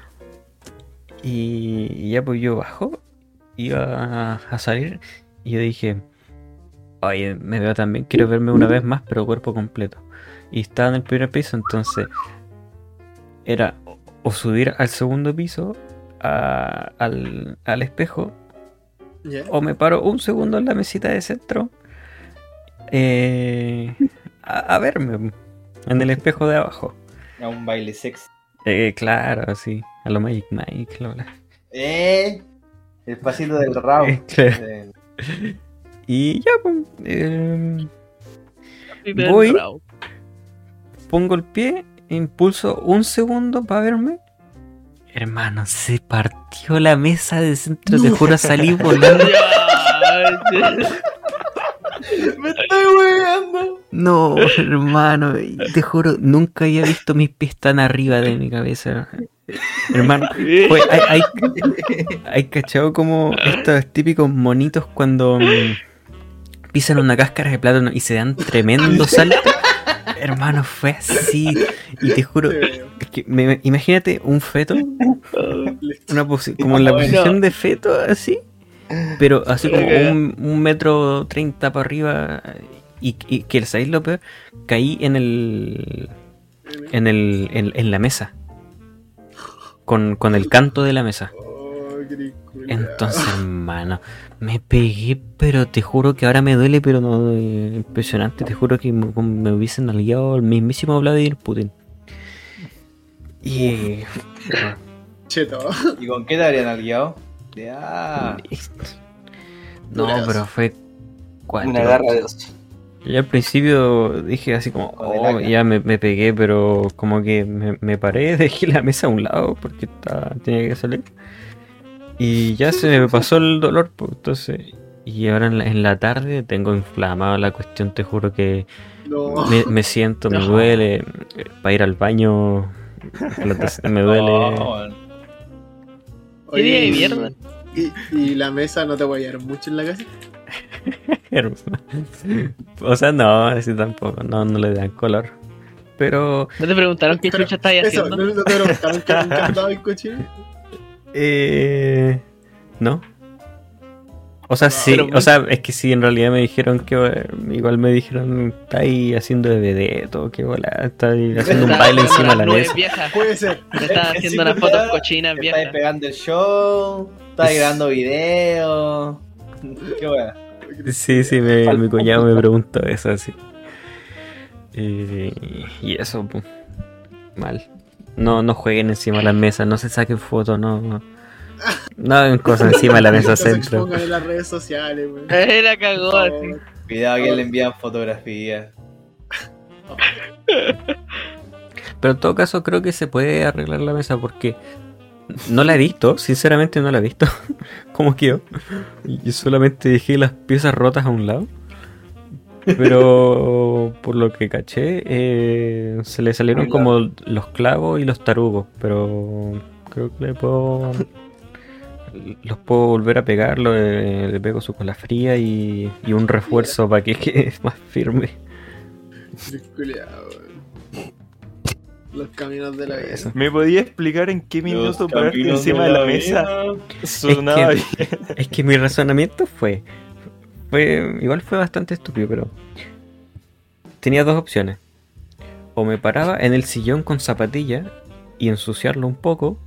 Y, y ya pues yo bajo, iba a, a salir y yo dije, oye, me veo tan bien, quiero verme una vez más pero cuerpo completo. Y estaba en el primer piso, entonces era o- o subir al segundo piso a- al, al espejo Ya. o me paro un segundo en la mesita de centro eh, a, a verme en el espejo de abajo. A un baile sexy. Eh, claro, sí, a lo Magic Mike, lo bla. ¡Eh! El pasito del rabo. Eh, claro. Eh, Y ya, pues, eh, Primer Voy. round. pongo el pie, impulso un segundo para verme. Hermano, se partió la mesa de centro, te juro, salí volando. Ya, ¡Me estoy weando! No, hermano, y te juro, nunca había visto mis pies tan arriba de mi cabeza. Hermano, fue, hay, hay, hay cachado como estos típicos monitos cuando mm, pisan una cáscara de plátano y se dan tremendo salto. Hermano, fue así. Y te juro, es que me- imagínate un feto, una posi- como en la Bueno. posición de feto, así, pero así como un, un metro treinta para arriba. Y, y que sabéis lo peor, caí en el en el en, en la mesa con, con el canto de la mesa. Oh, qué ridículo. Entonces, hermano, me pegué, pero te juro que ahora me duele, pero no, eh, impresionante. Te juro que me, me hubiesen aliado el mismísimo Vladimir Putin. Y Cheto. ¿Y con qué te habrían aliado? De ah. no, pero fue cuatro. Una garra de dos. Yo al principio dije así como, Con el oh, hacha. ya me, me pegué, pero como que me, me paré, dejé la mesa a un lado porque estaba- tenía que salir. Y ya se me pasó el dolor, pues, entonces... Y ahora en la, en la tarde tengo inflamado la cuestión, te juro que No. me, me siento, me No. duele. Para ir al baño la taza- me duele. No, ¿Qué día de mierda? ¿Y, y la mesa no te va a llevar mucho en la casa? O sea, no, así tampoco, no, no le dan color. Pero ¿No te preguntaron qué Pero chucha estabas Eso, haciendo? ¿no, no te preguntaron que nunca andaba en cochino? Eh, no. O sea, sí, Pero- o sea, es que sí, en realidad me dijeron que, eh, igual me dijeron, está ahí haciendo de vedeto, que bola, está ahí haciendo un Estaba baile haciendo encima de las la nubes mesa. viejas. Puede ser. Me estaban Sí, haciendo unas sí, fotos ya, cochinas Te viejas. estás pegando el show, estás grabando videos. Qué wea. Sí, sí, me, mi cuñado me preguntó eso, así. Y, y eso, pu, mal. No, no jueguen encima de la mesa, no se saquen fotos, no. No, no hagan cosas encima de la mesa No se centro. expongan en las redes sociales, güey. Era cagó Por así. favor. Cuidado que le envían fotografías. Pero en todo caso creo que se puede arreglar la mesa porque no la he visto, sinceramente no la he visto. ¿Cómo quedó? Yo solamente dejé las piezas rotas a un lado. Pero por lo que caché, eh, se le salieron como los clavos y los tarugos. Pero creo que le puedo... Los puedo volver a pegar, lo- eh, le pego su cola fría y, y un refuerzo para que quede más firme. Culeado, güey. Los caminos de la vida. Eso. ¿Me podía explicar en qué minuto Los pararte caminos encima de de la la mesa? vida. Sonaba Es bien. Es que mi razonamiento fue, fue. Igual fue bastante estúpido, pero. Tenía dos opciones. O me paraba en el sillón con zapatilla y ensuciarlo un poco,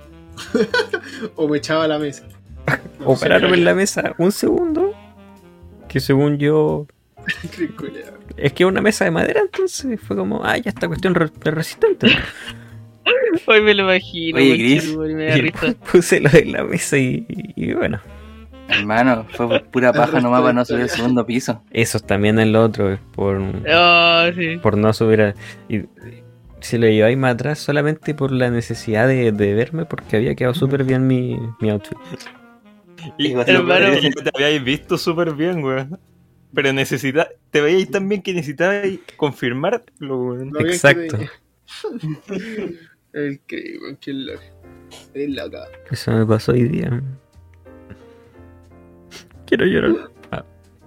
O me echaba a la mesa. o pararme en la mesa un segundo. Que según yo. Qué culeado. Es que es una mesa de madera, entonces fue como, ah, ya esta cuestión re- es resistente. Hoy me lo imagino. Oye, conche Gris. tu madre, me da Y risa. puse lo de la mesa y, y bueno. Hermano, fue por pura paja nomás para no subir al segundo piso. Eso también es lo otro, es por. Oh, sí. por no subir a... Y si lo lleváis más atrás solamente por la necesidad de, de verme, porque había quedado súper bien mi, mi outfit. Y Hermano. hermano, te habíais visto súper bien, weón. Pero necesita, te veíais tan bien que necesitabas confirmarlo, weón. Lo bien que Exacto. te- El que, güey, qué loco. Es loca. Eso me pasó hoy día. Quiero llorar. Ah,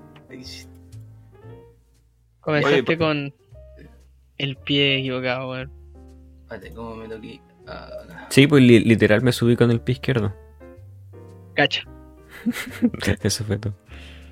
Comenzaste Oye, con el pie equivocado, weón. Espérate, ¿cómo me toqué? Ah, sí, pues li- literal me subí con el pie izquierdo. Cacha. Eso fue todo.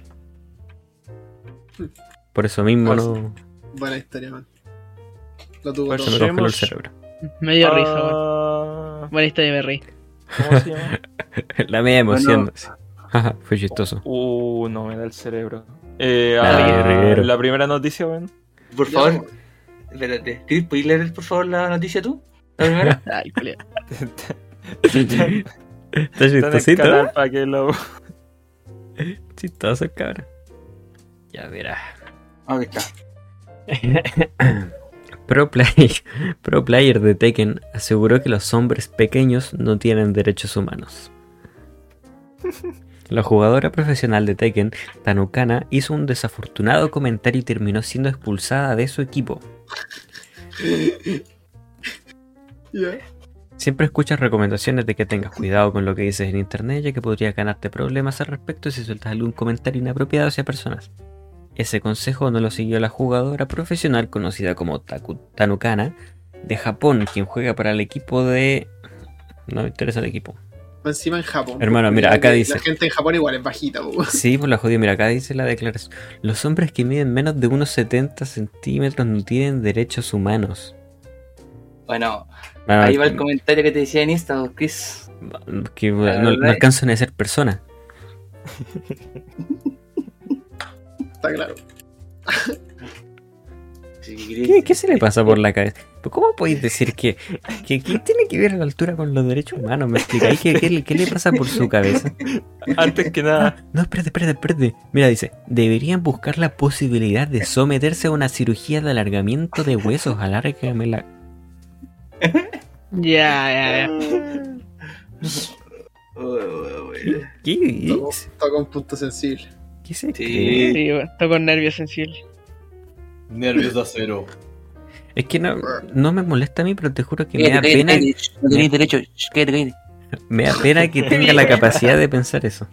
Por eso mismo no... Buena historia, man. Lo tuvo Pues Se me todo. sí. congeló el Hacemos- cerebro. Me dio risa, weón. Ah, Buena historia, me reí. ¿Cómo se llama? La media emoción. Bueno. sí. Jaja, fue chistoso. Uh, no me da el cerebro. Eh, Ah, ah, guerrero. la primera noticia, weón. Por Ya, favor, espérate. ¿Chris, puedes leer por favor la noticia tú? La primera. Ay, culea. Está Está en el chistosito. canal para que lo... Chistoso el cabrón. Ya verás. Ahí está. Pro, play- Pro Player de Tekken aseguró que los hombres pequeños no tienen derechos humanos. La jugadora profesional de Tekken, Tanukana, hizo un desafortunado comentario y terminó siendo expulsada de su equipo. Ya. Siempre escuchas recomendaciones de que tengas cuidado con lo que dices en internet, ya que podría ganarte problemas al respecto si sueltas algún comentario inapropiado hacia personas. Ese consejo no lo siguió la jugadora profesional conocida como Taku- Tanukana de Japón, quien juega para el equipo de... No me interesa el equipo. Encima en Japón. Hermano, porque mira, la- acá la dice- gente en Japón igual es bajita, po. Sí, por la jodida, mira, acá dice la declaración. Los hombres que miden menos de unos setenta centímetros no tienen derechos humanos. Bueno, Ah, ahí va el comentario que te decía en Insta, Chris. que no, La no verdad- alcanzan a ser personas. Está claro. Sí, Chris. ¿Qué, qué se le pasa por la cabeza? ¿Pero ¿Cómo podéis decir que, que, que tiene que ver a la altura con los derechos humanos? ¿Me explicáis qué, qué, le- qué le pasa por su cabeza? Antes que nada, No, espérate, espérate, espérate. Mira, dice, deberían buscar la posibilidad de someterse a una cirugía de alargamiento de huesos. Alárgame la... Ya, ya, ya. Oh, oh, oh. ¿Qué Tocó, dice? tocó un punto sensible. ¿Qué se Sí. cree? Sí, weón, estoy con nervios sensibles. Nervios de acero. Es que no, no me molesta a mí, pero te juro que me Cállate, da cállate, pena, cállate, sh, no tenéis derecho. sh, Cállate, cállate. me da pena que tenga la capacidad de pensar eso.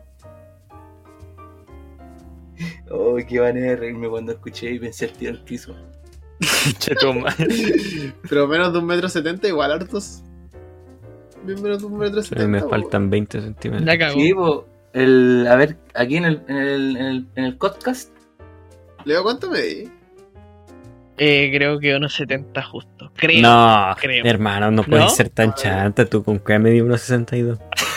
Oh, qué manera de reírme cuando escuché y pensé al tiro al piso. Cheto madre. Pero menos de un metro setenta, igual hartos. Bien menos de un metro Sí, setenta. me po, faltan veinte centímetros. La cagó. Sí, po, el, a ver, aquí en el, en el, en el, en el podcast, Leo, ¿cuánto me di? Eh, creo que unos setenta justo. Creo. No, creo. hermano, no puedes ¿No? ser tan chanta. Tú con que me dio uno sesenta y dos.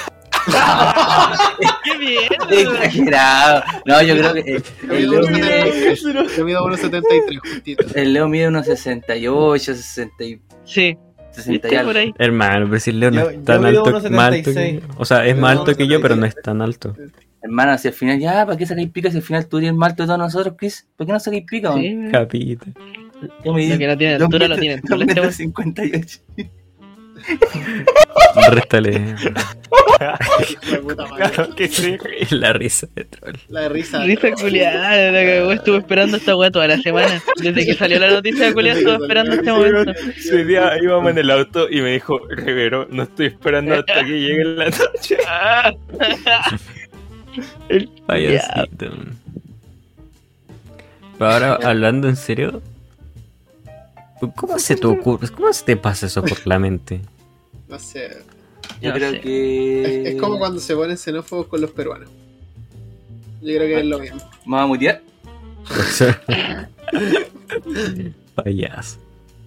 ¡Qué bien! exagerado. No, yo creo que eh, Yo el mido Leo unos mide, setenta y tres. Yo mido unos setenta y tres justito. el Leo mide unos sesenta y ocho, sesenta y Sí, sesenta y ¿viste algo. por ahí? Hermano, pero si Leo no Yo- es yo tan mido alto, uno más alto que setenta y seis. yo. O sea, es Yo más mido alto uno que yo, pero no setenta y es tan alto. Hermano, si al final ya, ¿para qué sacáis pica si al final tú eres el más alto de todos nosotros, Chris? ¿Por qué no sacáis pica? man? Sí. Capita. Yo me Lo que no tiene dos altura lo metros- tiene dos altura, este metros weón. cincuenta y ocho. Réstale Hijo de puta madre. Claro que sí. la risa de troll. La risa. Risa culiada, la cagó. Estuve esperando esta weá toda la semana. Desde que salió la noticia de culiada estuve esperando este momento. Ese día íbamos en el auto y me dijo, Rivero, no estoy esperando hasta que llegue la noche. Ah. El Payasito. Pero ahora, hablando en serio, ¿cómo se te ocurre? ¿Cómo se te pasa eso por la mente? No sé. Yo No creo sé. que. Es, es como cuando se ponen xenófobos con los peruanos. Yo creo que es lo mismo. ¿Me va a mutear? Payaso.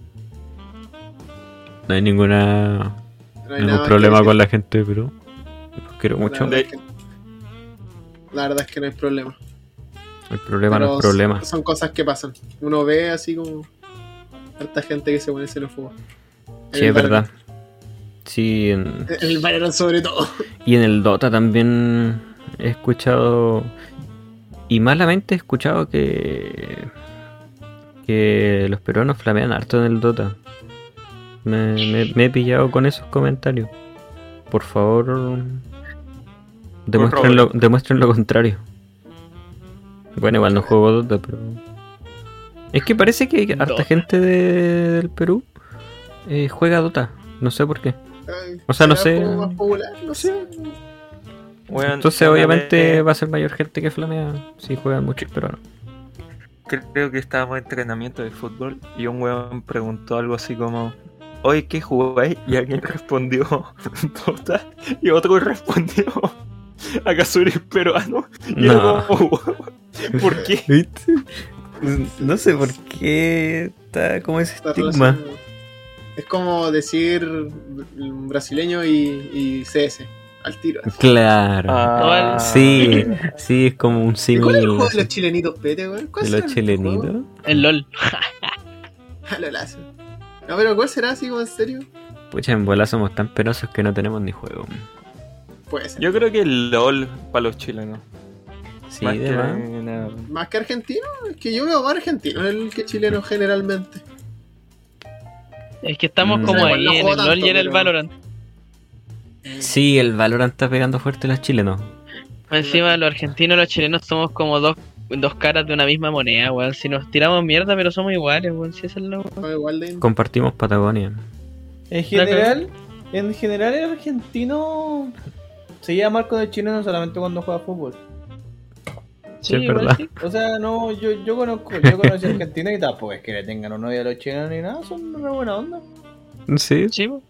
No hay ninguna No hay ningún nada problema que con la gente de Perú. Los quiero decir. mucho. La verdad, es que, la verdad es que no hay problema. El problema no Pero es problema. Son cosas que pasan. Uno ve así como harta gente que se pone xenófobo. Sí, es verdad. Sí, en- El Valorant sobre todo. y en el Dota también he escuchado, y malamente he escuchado que que los peruanos flamean harto en el Dota. Me, me- me he pillado con esos comentarios. Por favor, demuestren lo, demuestren lo contrario. Bueno, igual no juego Dota, pero es que parece que hay harta Dota. gente de- del Perú eh, juega Dota. No sé por qué. Ay, O sea, no ¿será sé. como más popular? No sé. Weón, Entonces una obviamente vez va a ser mayor gente que flamea si juegan muchos peruanos. Creo que estábamos en entrenamiento de fútbol y un weón preguntó algo así como, oye, ¿qué jugáis? Y alguien respondió, Dota. Y otro respondió, ¿acaso eres peruano? Y No. era como, ¿por qué? ¿Viste? No sé por qué está como ese Está estigma. relacionado. Es como decir brasileño y, y C S al tiro. así. Claro. Ah, Sí, sí, es como un ¿Y símil cuál es el juego de así, los chilenitos, pete, güey? ¿Cuál de será los el juego? chilenitos. El LOL. Ah, lo lazo. No, pero ¿cuál será así como en serio? Pucha, en bola somos tan penosos que no tenemos ni juego. Puede ser. Yo creo que el LOL para los chilenos. Sí, Más de que más. nada. ¿Más que argentino? Es que yo veo más argentino el que chileno generalmente. Es que estamos Mm. como Sí, ahí no en juego el LOL tanto, y en el pero- Valorant. Sí, el Valorant está pegando fuerte a los chilenos. Encima los argentinos y los chilenos somos como dos, dos caras de una misma moneda, weón. Si nos tiramos mierda, pero somos iguales, weón. Si esa es la Juego igual de... Compartimos Patagonia. En general, en general el argentino se lleva mal con el chileno solamente cuando juega fútbol. Sí, es igual verdad. sí. O sea, no, yo, yo conozco, yo conocí a Argentina y tampoco es que le tengan un odio a los chilenos ni nada, son re buena onda. Sí, Sí, po.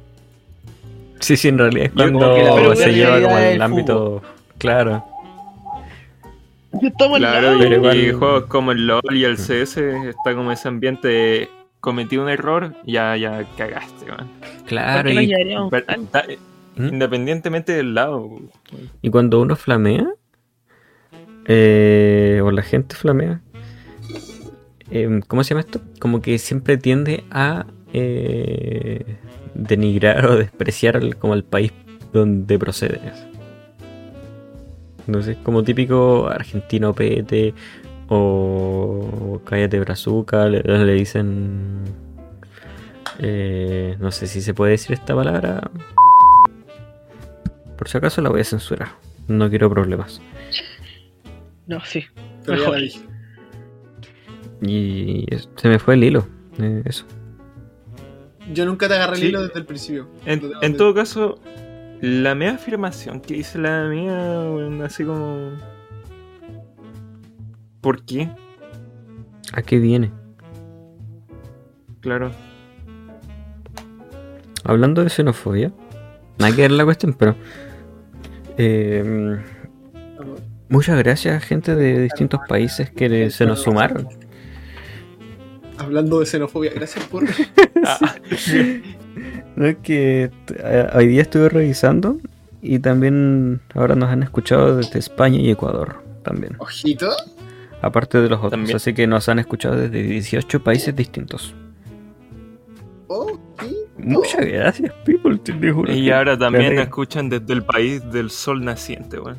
sí, sí, en realidad es Yo como cuando que la Pero se bueno, lleva idea como es el el ámbito. Claro. Estamos al Claro, lado. y, pero igual- y juegos como el LOL y el C S está como ese ambiente de cometí un error, ya, ya cagaste, man. ¿Por Claro, qué nos y, llevaríamos Pero, mal? da- ¿Mm? Independientemente del lado. y cuando uno flamea, eh, o la gente flamea, eh, ¿cómo se llama esto? Como que siempre tiende a eh, denigrar o despreciar al- como el país donde procedes. Entonces, como típico argentino pete o cállate brazuca, le, le dicen, eh, no sé si se puede decir esta palabra. Por si acaso la voy a censurar. No quiero problemas. No, sí. Pero ya Mejor. la dije. Y es- se me fue el hilo. eh, eso. Yo nunca te agarré el Sí. hilo desde el principio. En, Lo tengo en que- todo caso, la mea afirmación que hice la mía, weón, así como. ¿Por qué? ¿A qué viene? Claro. Hablando de xenofobia. Nada que ver la cuestión, pero. eh, muchas gracias, gente de distintos países que le- se nos sumaron. Hablando de xenofobia, gracias por. No es que eh, hoy día estuve revisando y también ahora nos han escuchado desde España y Ecuador también. Ojito. Aparte de los otros, También. así que nos han escuchado desde dieciocho países distintos. Ojito. Muchas gracias, people. Te lo juro Y que ahora me también alegra. escuchan desde el país del sol naciente, weón.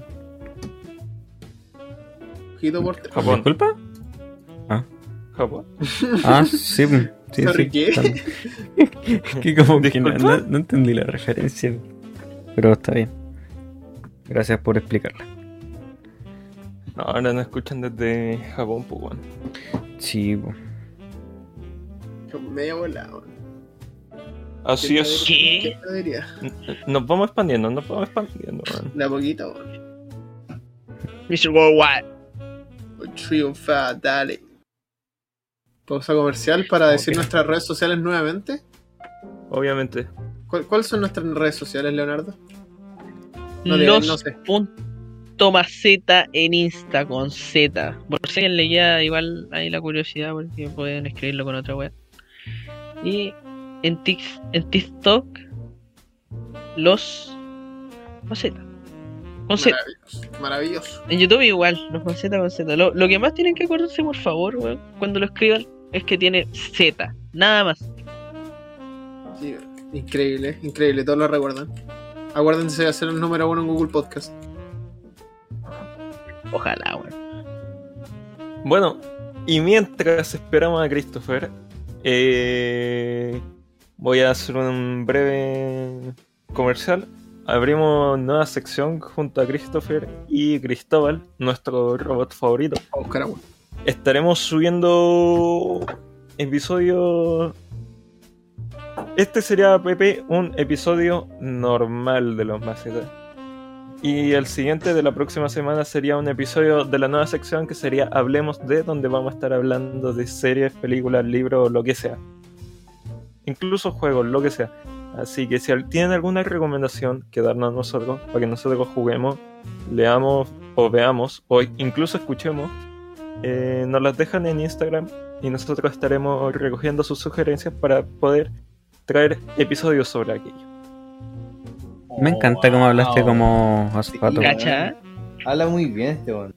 Ojito por. Japón. ¿Disculpa? Japón. Ah, sí, sí, Sorry, sí. ¿qué? también. que como que no, Disculpa. no- no entendí la referencia. Pero está bien. Gracias por explicarla. No, ahora no escuchan desde Japón, pues, weón. Sí, po. Media volada. Así es. ¿Qué? ¿Qué diría? Nos vamos expandiendo, nos vamos expandiendo, weón. De a poquito, weón. mister Worldwide. Triunfa, dale. Pausa comercial para decir Ok. nuestras redes sociales nuevamente. Obviamente. ¿Cuál- ¿Cuáles son nuestras redes sociales, Leonardo? No, de- Los no sé. punto maceta en Insta con Z. Por si alguien le queda igual ahí la curiosidad, porque pueden escribirlo con otra web. Y en, tic- en TikTok, los maceta. Con Z. Maravilloso. Maravilloso. En YouTube igual, los maceta con Z. Lo, lo que más tienen que acordarse, por favor, weón, cuando lo escriban, es que tiene Z. Nada más. Sí, increíble, increíble. Todos lo recuerdan. Acuérdense de hacer el número uno en Google Podcast. Ojalá, weón. Bueno, y mientras esperamos a Christopher, eh, voy a hacer un breve comercial. Abrimos nueva sección junto a Christopher y Cristóbal, nuestro robot favorito. A buscar agua. Estaremos subiendo episodios. Este sería, Pepe, un episodio normal de los macetas. Y el siguiente de la próxima semana sería un episodio de la nueva sección que sería Hablemos de, donde vamos a estar hablando de series, películas, libros, lo que sea. Incluso juegos, lo que sea. Así que si tienen alguna recomendación que darnos a nosotros, para que nosotros juguemos, leamos o veamos, o incluso escuchemos, eh, nos las dejan en Instagram y nosotros estaremos recogiendo sus sugerencias para poder traer episodios sobre aquello. Me encanta cómo hablaste como azafato. Cacha. Habla muy bien este weón.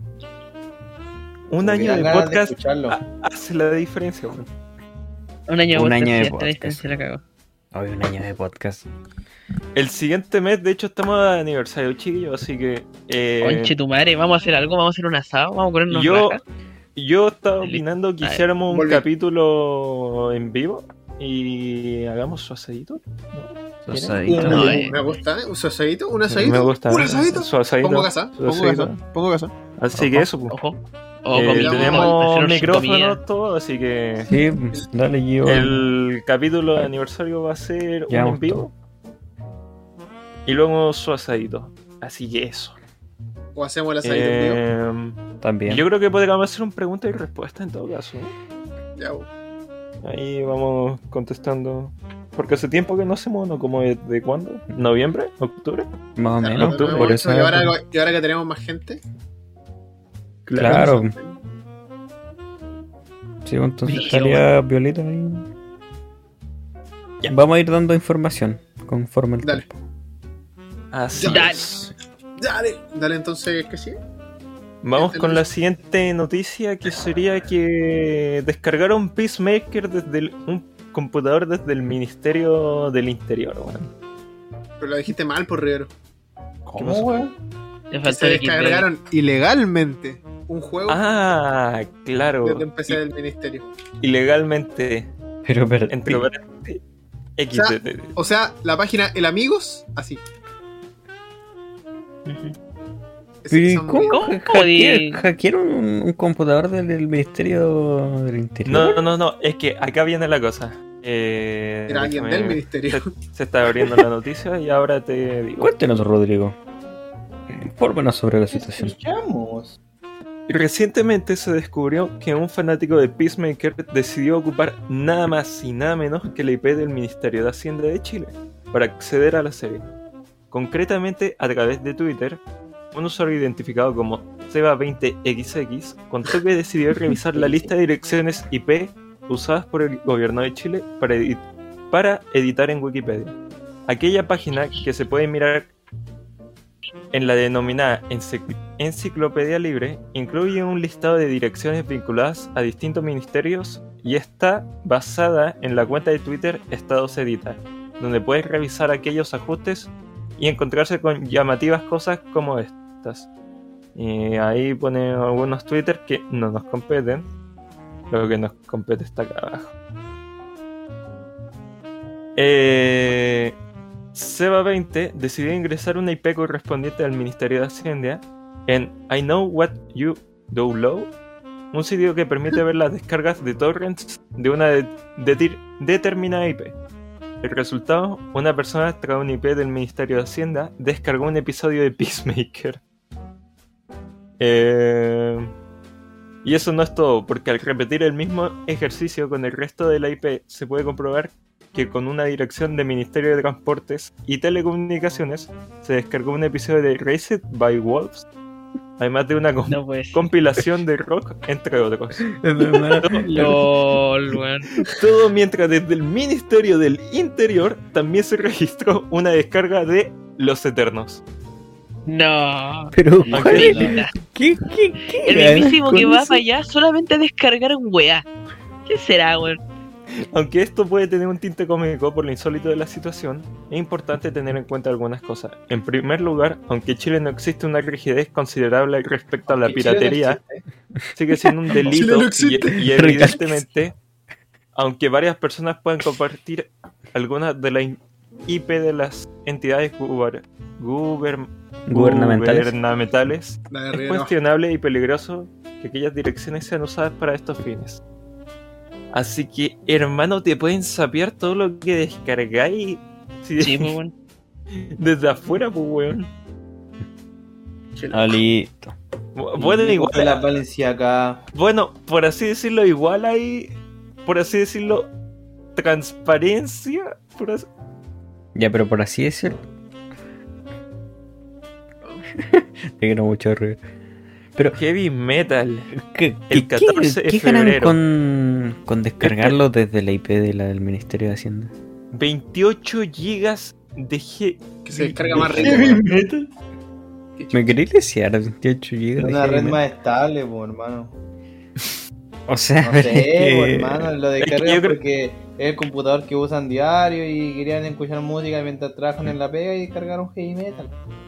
Un Como que año dan de ganas de podcast escucharlo. ha- hace la diferencia, weón. Un año Un de año de podcast, podcast. esta distancia la cago. Hoy un año de podcast. El siguiente mes, de hecho, estamos de aniversario, chiquillos, así que... eh, Conche tu madre, vamos a hacer algo, vamos a hacer un asado, vamos a ponernos yo, rajas. yo estaba Listo. opinando que A ver, hiciéramos un volví. capítulo en vivo y hagamos su asadito. ¿no? Asadito. No, Uh, eh. me gusta, ¿eh? ¿Un asadito? ¿Un asadito? Me gusta. ¿Un asadito? Su asadito, Pongo casa, su pongo asadito. casa, pongo casa. Así que eso, pues. Ojo. O Eh, comida, tenemos prefiero sin micrófonos, comida. todo, así que Sí, pues, dale, Gio. el capítulo de aniversario va a ser Ya, un en vivo y luego su asadito. Así que eso. O hacemos el asadito en vivo. Eh, También. yo creo que podríamos hacer un pregunta y respuesta en todo caso, ¿no? Ya, bo. Ahí vamos contestando. Porque hace tiempo que no hacemos uno, como de, de cuándo? ¿Noviembre? ¿Octubre? Más o Ya, menos, no, no, por no, eso. y, ahora, y ahora que tenemos más gente. Claro. Sí, pues, entonces Brígido, estaría Violeta ahí. Ya. Vamos a ir dando información conforme el Dale. tiempo. Así Dale. es. Dale, dale entonces, ¿qué sigue? Vamos con la siguiente noticia, que sería que descargaron Peacemaker desde el- un computador desde el Ministerio del Interior, weón. Pero lo dijiste mal, por Rivero. ¿Qué pasó? weón? Le Que faltó se el equipo. descargaron ilegalmente un juego Ah, claro. desde el P C del ministerio. Ilegalmente. Pero, pero Entre paréntesis, X O sea, D D. O sea, la página El Amigos, así. Ujú. ¿Y Son- cómo ¿Cómo hacke- podí- hackearon un, un computador del, del Ministerio del Interior? No, no, no, es que acá viene la cosa. Eh, Era alguien déjame- del ministerio. Se, se está abriendo la noticia y ahora te digo. Cuéntenos, Rodrigo. Infórmenos sobre la situación. Escuchamos. Recientemente se descubrió que un fanático de Peacemaker decidió ocupar nada más y nada menos que la I P del Ministerio de Hacienda de Chile para acceder a la serie. Concretamente, a través de Twitter, un usuario identificado como Seba veinte equis equis contó que decidió revisar la lista de direcciones I P usadas por el gobierno de Chile para, edit- para editar en Wikipedia. Aquella página que se puede mirar en la denominada Encicl- Enciclopedia Libre incluye un listado de direcciones vinculadas a distintos ministerios y está basada en la cuenta de Twitter Estados Edita, donde puedes revisar aquellos ajustes y encontrarse con llamativas cosas como estas. Y ahí ponen algunos Twitter que no nos competen. Lo que nos compete está acá abajo. Eh... Seba veinte decidió ingresar una I P correspondiente al Ministerio de Hacienda en I Know What You Download, un sitio que permite ver las descargas de torrents de una de- de- determinada I P. El resultado, una persona tras una I P del Ministerio de Hacienda descargó un episodio de Peacemaker. Eh... Y eso no es todo, porque al repetir el mismo ejercicio con el resto de la I P se puede comprobar que con una dirección de Ministerio de Transportes y Telecomunicaciones se descargó un episodio de Raised by Wolves, además de una com- No puede ser. compilación de rock, entre otros. LOL, weón. Todo mientras desde el Ministerio del Interior también se registró una descarga de Los Eternos. No. Pero, Ok. ¿cuál es? ¿Qué, qué, qué? El ganas mismísimo con que va eso? para allá solamente a descargar un weá. ¿Qué será, weón? Aunque esto puede tener un tinte cómico por lo insólito de la situación, es importante tener en cuenta algunas cosas. En primer lugar, aunque en Chile no existe una rigidez considerable respecto a la Aunque Chile no piratería, existe. sigue siendo un delito Chile no y, existe. y evidentemente, aunque varias personas puedan compartir algunas de las I P de las entidades guber- guber- Gubernamentales. gubernamentales, La de es Rivera. cuestionable y peligroso que aquellas direcciones sean usadas para estos fines. Así que, hermano, te pueden sapear todo lo que descargáis si- Sí, pues, weón. desde afuera, pues, weón. Ah, listo. Bueno, Y igual, de la Balenciaga. bueno, por así decirlo, igual hay, por así decirlo, transparencia, por así- Ya, pero por así decirlo. Te quiero mucho, River. Pero, heavy metal. ¿qué, El qué- catorce de qué ganan febrero. con, con descargarlo desde la I P de la del Ministerio de Hacienda? veintiocho gigas de G. Que se descarga más rico. heavy weón. metal. ¿Me queréis desear veintiocho gigas? de Una heavy red metal? más estable, pues, hermano. O sea, No pero es sé, que- pues, hermano, lo Es que descargan yo creo- porque es el computador que usan diario y querían escuchar música mientras trabajan en la pega y descargaron heavy metal.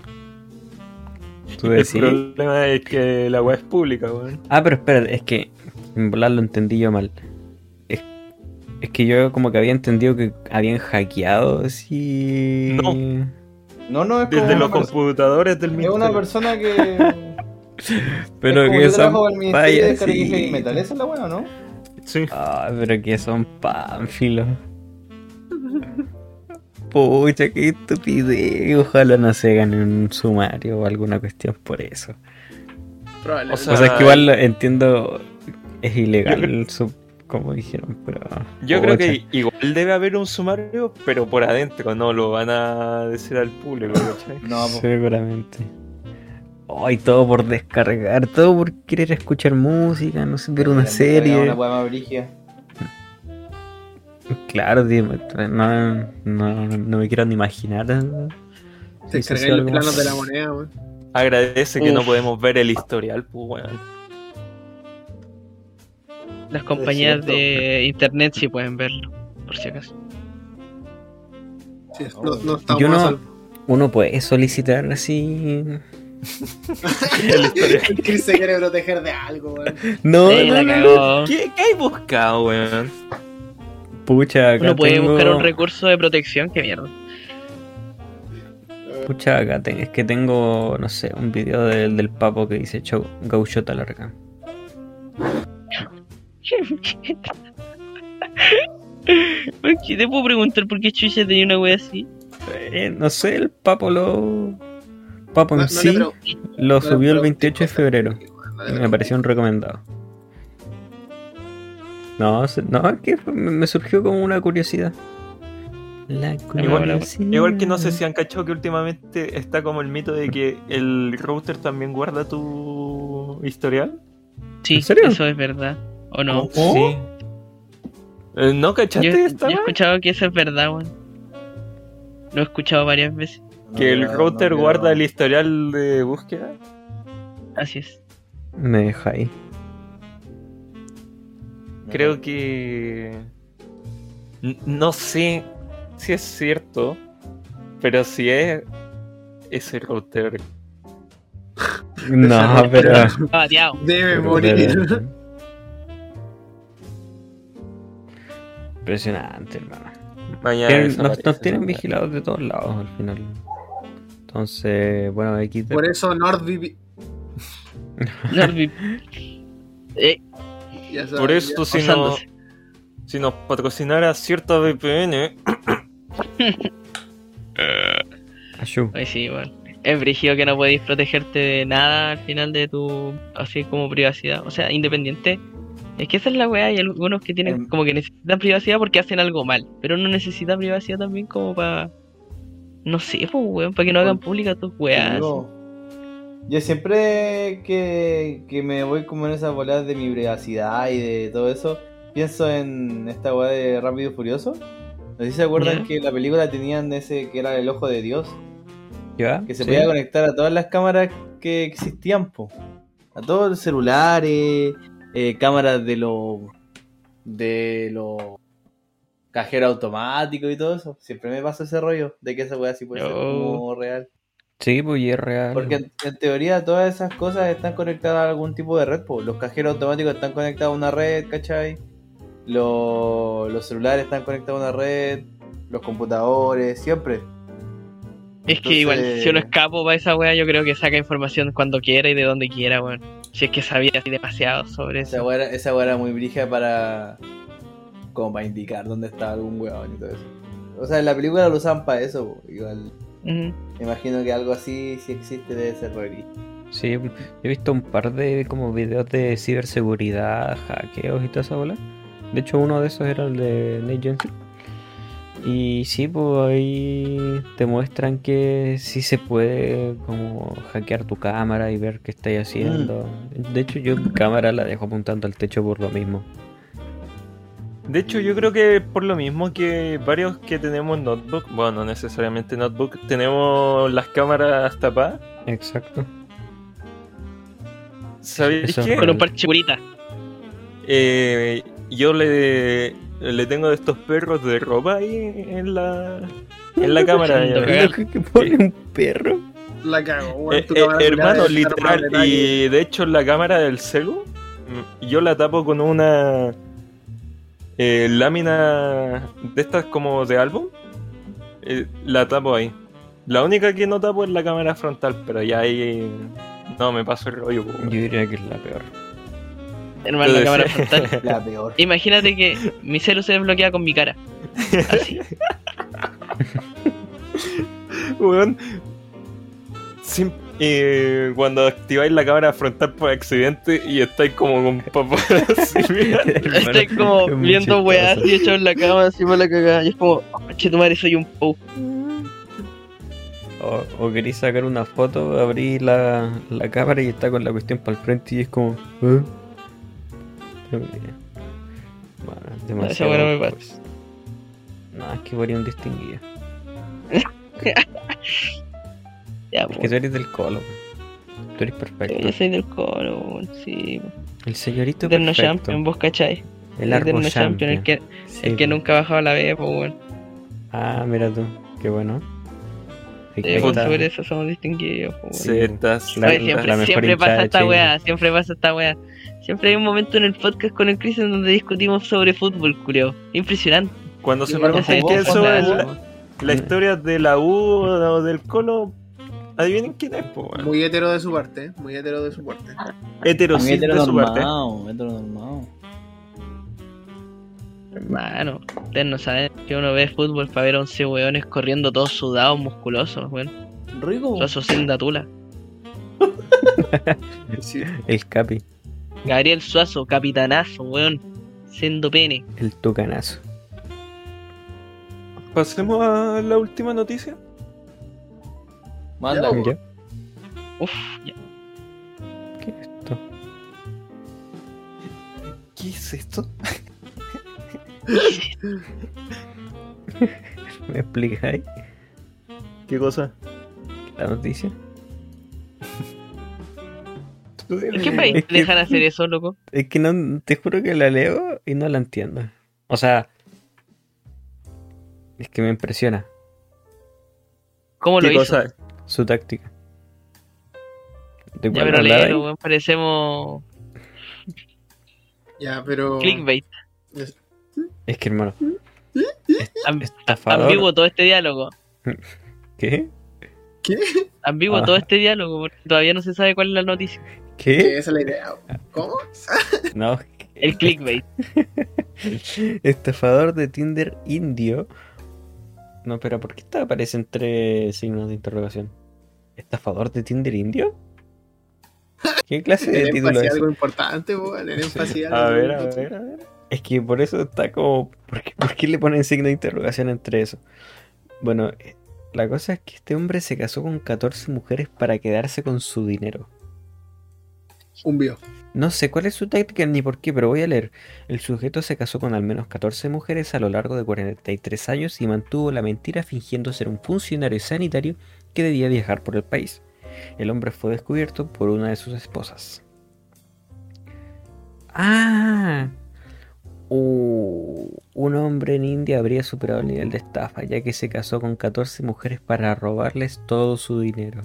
tú El decís. problema es que la web es pública, weón. Ah, pero espera, es que en volar lo entendí yo mal. Es, es que yo como que había entendido que habían hackeado así. No. No, no, es como Desde una, los perso- computadores del es ministerio. una persona que... Pero es como que yo son trabajo para el ministerio y descargué heavy payasitos. metal. Esa es la buena, ¿no? Sí. Ah, pero que son pánfilos. Pucha, qué estupidez. Ojalá no se ganen un sumario o alguna cuestión por eso. Probablemente. O sea, O sea, es que igual entiendo, es ilegal, el sub- como dijeron, pero... Yo creo pucha. que igual debe haber un sumario, pero por adentro, no lo van a decir al público, ¿cachai? No, pues. Seguramente. Ay, todo por descargar, todo por querer escuchar música, no sé, ver una Una serie. hueá más brígida. Claro, dime, no, no, no, no me quiero ni imaginar. ¿no? Si eso Descargar sea los algo planos más- de la moneda, weón. Agradece que no Uf. podemos ver el historial, pues, weón. Las compañías cierto. de internet sí pueden verlo, por si acaso. Sí, no, no estamos Yo a no- salvo. Uno puede solicitar así. El historial. El Chris se quiere proteger de algo, weón. No, Sí, no, la no, cagó. ¿Qué, ¿Qué hay buscado, weón? Pucha, acá Uno puede tengo- buscar un recurso de protección, qué mierda. Pucha, acá te- es que tengo, no sé, un video del, del papo que dice show, go shot larga. ¿Por qué? ¿Te puedo preguntar por qué Chucha tenía una wea así? Eh, no sé, el papo lo... Papo en No, no sí le pregu- lo no le subió el pregunté veintiocho de cosas. febrero. No le Y me pregunté. pareció un recomendado. No, se- no, es que fue- me me surgió como una curiosidad. La Igual, curiosidad. igual que no sé si han cachado que últimamente está como el mito de que el router también guarda tu historial. Sí, ¿En serio? eso es verdad. ¿O no? Sí. Eh, ¿No Yo, cachaste yo esta he weá? escuchado que eso es verdad, weón. Lo he escuchado varias veces. Que el No, no, router no, guarda no. el historial de búsqueda. Así es. Me deja ahí. Creo que... N- No sé si es cierto, pero si es ese router... No, pero... Está bateado. Debe pero- morir. pero- Impresionante, hermano. Mañana Tienen- nos, desaparece nos tienen esa weá. vigilados de todos lados al final. Entonces, bueno, aquí te- Por eso NordVPN. Norby. Eh, Ya sabes, Por eso si, no, Pasándose. si nos patrocinara cierta V P N... Ayú. Ay, sí, weón. Es brígido que no podéis protegerte de nada al final de tu, así como privacidad. O sea, independiente. Es que esa es la weá. Hay algunos que tienen Em. como que necesitan privacidad porque hacen algo mal. Pero no necesitan privacidad también como para... No sé, pues, weón, para que no hagan públicas tus weas. Yo, yo siempre que, que me voy como en esas voladas de mi privacidad y de todo eso, pienso en esta weá de Rápido y Furioso. No sé si se acuerdan Ya. que la película tenían ese que era el ojo de Dios, ¿Ya? que se Sí. podía conectar a todas las cámaras que existían, po. A todos los celulares, eh, cámaras de los de los cajeros automáticos y todo eso. Siempre me pasa ese rollo de que esa weá sí puede ser Oh. como real. Sí, pues y es real. Porque en, en teoría todas esas cosas están conectadas a algún tipo de red, po. Los cajeros automáticos están conectados a una red, ¿cachai? Los, los celulares están conectados a una red, los computadores, siempre. Es que Entonces- igual, si uno escapo para esa wea, yo creo que saca información cuando quiera y de donde quiera, weón. Si es que sabía así demasiado sobre Esa eso. weá era, esa weá era muy brígida para... como para indicar dónde estaba algún weón y todo eso. O sea, en la película lo usaban para eso, po. Igual Ujú. me imagino que algo así, si existe, debe ser real. Sí, he visto un par de como videos de ciberseguridad, hackeos y toda esa bola. De hecho, uno de esos era el de Nate Jensen. Y sí, pues ahí te muestran que sí se puede como hackear tu cámara y ver qué estáis haciendo. De hecho, yo mi cámara la dejo apuntando al techo por lo mismo. De hecho, yo creo que por lo mismo que varios que tenemos notebook, bueno, no necesariamente notebook, tenemos las cámaras tapadas. Exacto. ¿Sabéis Eso es qué? Con un parche curita. Eh, yo le, le tengo de estos perros de ropa ahí en la, en la cámara. Haciendo ya. cagar. ¿Qué pone un perro? La cago, weón. Eh, Tu eh, cámara hermano, debe estar más literal. detalle. Y de hecho, la cámara del celu, mm, yo la tapo con una eh, lámina de estas como de álbum. Eh, la tapo ahí. La única que no tapo es la cámara frontal, pero ya ahí no me paso el rollo. po. Yo diría que es la peor. Hermano, la Entonces, cámara frontal. La peor. Imagínate que mi celu se desbloquea con mi cara. Así. Weón, sim- eh, cuando activáis la cámara frontal por accidente y estáis como con paparazzi, mira. Estoy como Es muy viendo weas chistoso. así echado en la cama, así para la cagada. Y es como, che, tu madre, soy un pou. O, o queréis sacar una foto, abrir la, la cámara y está con la cuestión para el frente y es como... ¿eh? Bueno, demasiado, esa weá no me pasa. pues. No, es que varía un distinguido. Ya, Es que pues. tú eres del colo. Tú eres perfecto. Yo soy del coro, weón, sí. El señorito Eterno perfecto. Champion, vos cachai. El Argo Eterno Champion, Champion. el que, Sí, el que pues. nunca ha bajado la B, pues, weón. Ah, mira tú. Qué bueno. Ahí Sí, está. por sobre eso somos distinguidos, pues, weón. Sí. Zetas, La- Oye, zetas. siempre, la mejor siempre hinchada pasa de esta Chile. weá, siempre pasa esta weá. Siempre hay un momento en el podcast con el Chris en donde discutimos sobre fútbol, curioso. Impresionante. Cuando se Igual preguntan no sé, qué es vos, sobre vos, el, vos. la historia de la U o del Colo, adivinen quién es, po, weón. Muy hetero de su parte, ¿eh? Muy hetero de su parte. Heterosis de su parte. Heteronormado, heteronormado. Hermano, ustedes no saben que uno ve fútbol para ver a once hueones corriendo todos sudados, musculosos, weón. Rico. Suazo Senda Tula. Sí. El Capi, Gabriel Suazo, capitanazo, weón. Sendo pene. el Tucanazo. Pasemos a la última noticia. Manda. Ya, ¿Ya? Uf, ya. ¿Qué es esto? ¿Qué es esto? ¿Me explicáis ¿Qué cosa? la noticia? ¿En qué país Es te que- dejan hacer eso, loco? Es que no, te juro que la leo y no la entiendo. O sea, es que me impresiona ¿Cómo lo ¿Qué hizo? cosa? su táctica. ¿De Ya, cuál pero hablaba léelo, ahí? weón. Parecemos Ya, pero. clickbait. Es que hermano, Am- estafador. ambiguo todo este diálogo. ¿Qué? Ambiguo Ah. todo este diálogo, porque todavía no se sabe cuál es la noticia. ¿Qué? ¿Qué? Esa es la idea. ¿Cómo? No. El clickbait. Estafador de Tinder indio. No, pero ¿por qué esta aparece entre signos de interrogación? ¿Estafador de Tinder indio? ¿Qué clase de El título énfasis es? algo importante, weón. El énfasis A algo ver, a importante. ver, a ver. Es que por eso está como... ¿Por qué, por qué le ponen signo de interrogación entre eso? Bueno, eh, la cosa es que este hombre se casó con catorce mujeres para quedarse con su dinero. Un bio. No sé cuál es su táctica ni por qué, pero voy a leer. El sujeto se casó con al menos catorce mujeres a lo largo de cuarenta y tres años y mantuvo la mentira fingiendo ser un funcionario sanitario que debía viajar por el país. El hombre fue descubierto por una de sus esposas. ¡Ah! Uh, un hombre en India habría superado el nivel de estafa, ya que se casó con catorce mujeres para robarles todo su dinero.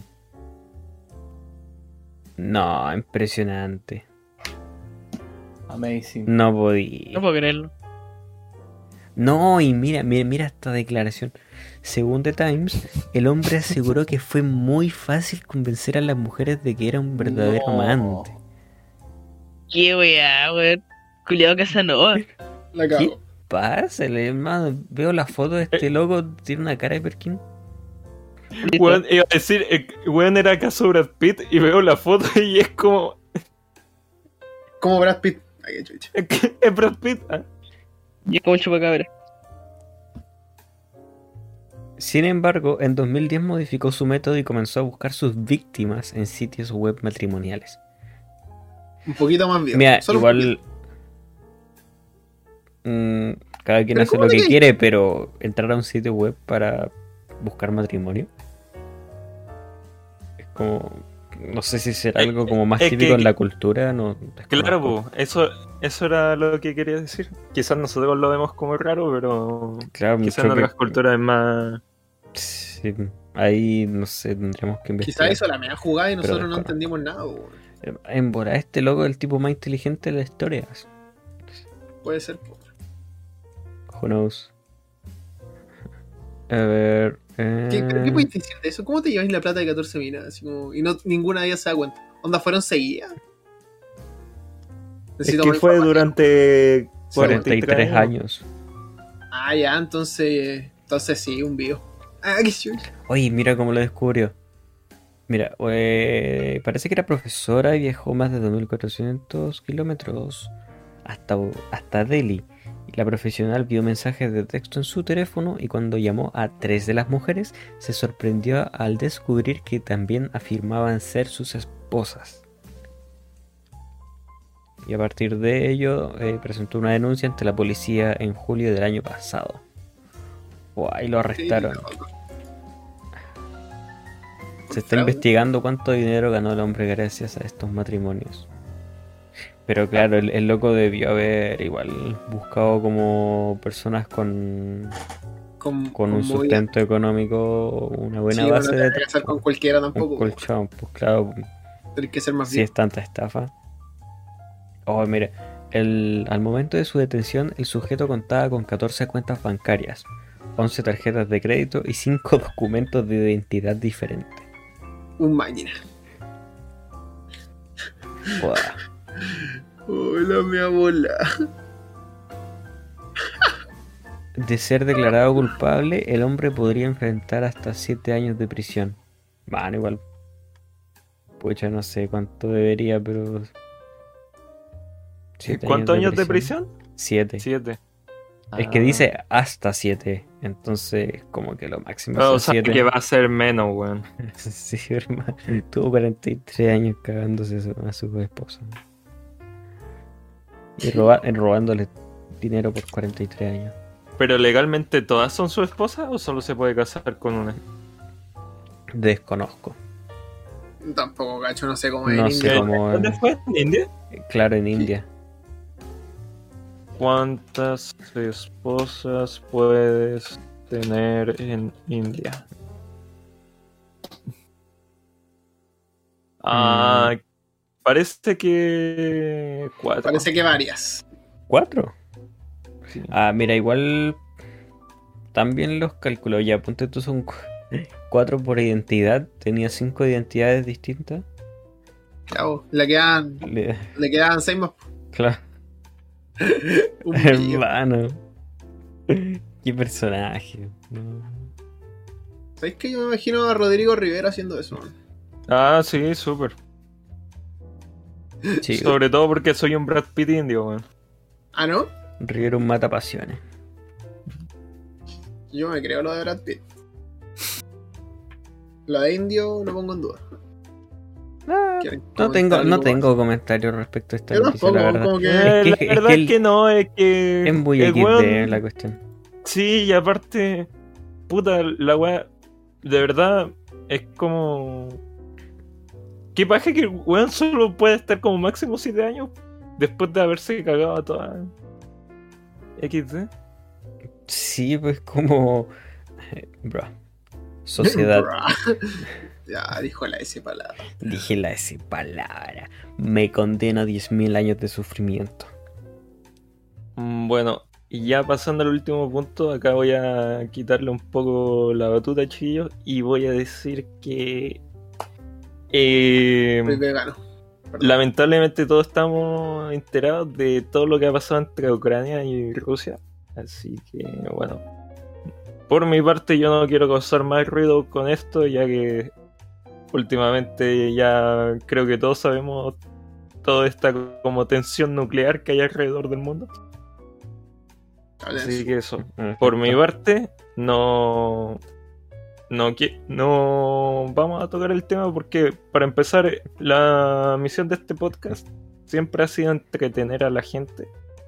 No, impresionante. Amazing. No podía. No puedo creerlo. No, y mira, mira, mira esta declaración. Según The Times, el hombre aseguró que fue muy fácil convencer a las mujeres de que era un verdadero No. amante. Qué weá, weón. Culiado Casanova. La ¿Qué cago. pasa, hermano? Veo la foto de este loco, tiene una cara de Perkin. Weón, iba a decir, eh, weón era acaso Brad Pitt y veo la foto y es como. Como Brad Pitt. Ay, qué chucha. Es que es Brad Pitt. ¿Ah? Y es como un chupacabra. Sin embargo, en dos mil diez modificó su método y comenzó a buscar sus víctimas en sitios web matrimoniales. Un poquito más viejo. Mira, Solo un igual... mm, cada quien ¿Pero hace cómo lo que te- quiere, pero entrar a un sitio web para buscar matrimonio es como... No sé si será Es- algo como más es típico que- en la cultura, no Claro, desconozco. po, eso, eso era lo que quería decir. Quizás nosotros lo vemos como raro, pero Claro, quizás creo en que- otras culturas es más. Sí, ahí no sé, tendremos que investigar. Quizá hizo la media jugada y Pero nosotros no desconozco. entendimos nada, weón. En volar este loco es el tipo más inteligente de la historia. Puede ser. po. Who knows? A ver. eh, ¿Qué, pero ¿qué puedes decir de eso? ¿Cómo te lleváis la plata de catorce minas? Así como, y no, ninguna de ellas se da cuenta. ¿Onda fueron seguidas? Es Necesito que más fue información. durante cuarenta y tres años. Ah, ya, entonces. Entonces sí, un bio. Ah, qué chucha. Oye, mira cómo lo descubrió. Mira, eh, parece que era profesora y viajó más de dos mil cuatrocientos kilómetros hasta, hasta Delhi. Y la profesional vio mensajes de texto en su teléfono y cuando llamó a tres de las mujeres se sorprendió al descubrir que también afirmaban ser sus esposas. Y a partir de ello eh, presentó una denuncia ante la policía en julio del año pasado. Buah, y lo arrestaron. Sí, loco. Se está Fraude. investigando cuánto dinero ganó el hombre gracias a estos matrimonios. Pero claro, el, el loco debió haber igual buscado como personas con, Con, con un movida. sustento económico, una buena Sí, base bueno, no de te vas a casar con cualquiera un tampoco. colchón. Pues claro, Tienes que ser más si bien. es tanta estafa. Oh, mire, el, al momento de su detención, el sujeto contaba con catorce cuentas bancarias, once tarjetas de crédito y cinco documentos de identidad diferentes. Un máquina. Buah. Hola, mi abuela. De ser declarado culpable, el hombre podría enfrentar hasta siete años de prisión. Bueno, igual. Pucha, no sé cuánto debería, pero. siete ¿Cuántos años de prisión? Siete. Siete. Es que Ah. dice hasta siete. Entonces, como que lo máximo O son sea, siete. que va a ser menos, weón. Sí, hermano. Tuvo cuarenta y tres años cagándose a su, a su esposa. Y roba- robándole dinero por cuarenta y tres años. ¿Pero legalmente todas son su esposa o solo se puede casar con una? Desconozco. Tampoco, cacho, no sé cómo es No en sé India. cómo. ¿Dónde fue? ¿En India? Claro, en India. ¿Cuántas esposas puedes tener en India? Ah, parece que cuatro. Parece que varias. ¿Cuatro? Sí. Ah, mira, igual. También los calculó. Ya, ponte tú, son cu- cuatro por identidad. Tenía cinco identidades distintas. Claro, le quedan, Le- le quedan seis más. Claro. Un millón. Hermano. Qué personaje. No. ¿Sabéis que yo me imagino a Rodrigo Rivera haciendo eso? Man? Ah, sí, súper. Sí, Sobre todo porque soy un Brad Pitt indio, weón. Ah, ¿no? Rivera un mata pasiones. Yo me creo lo de Brad Pitt. Lo de Indio lo pongo en duda. ¿Quieren No comentar tengo, no algo tengo más? comentarios respecto a esta Yo noticia, la tampoco, verdad. como que- Eh, Es la que- es verdad que es el- que no, es que. Es muy el equis de weón- la cuestión. Sí, y aparte, puta, la weá, de verdad, es como... ¿Qué pasa que el weón solo puede estar como máximo siete años después de haberse cagado a toda equis de? Sí, pues como... Bro. Sociedad. Bruh. Ya, dijo la S palabra. Dije la S palabra. Me condeno a diez mil años de sufrimiento. Mm, Bueno, y ya pasando al último punto, acá voy a quitarle un poco la batuta, chiquillos, y voy a decir que... eh, Soy vegano. Perdón. Lamentablemente todos estamos enterados de todo lo que ha pasado entre Ucrania y Rusia. Así que bueno. Por mi parte yo no quiero causar más ruido con esto, ya que últimamente ya creo que todos sabemos toda esta como tensión nuclear que hay alrededor del mundo. Así que eso. Por mi parte, no... No, qui- no vamos a tocar el tema porque, para empezar, la misión de este podcast siempre ha sido entretener a la gente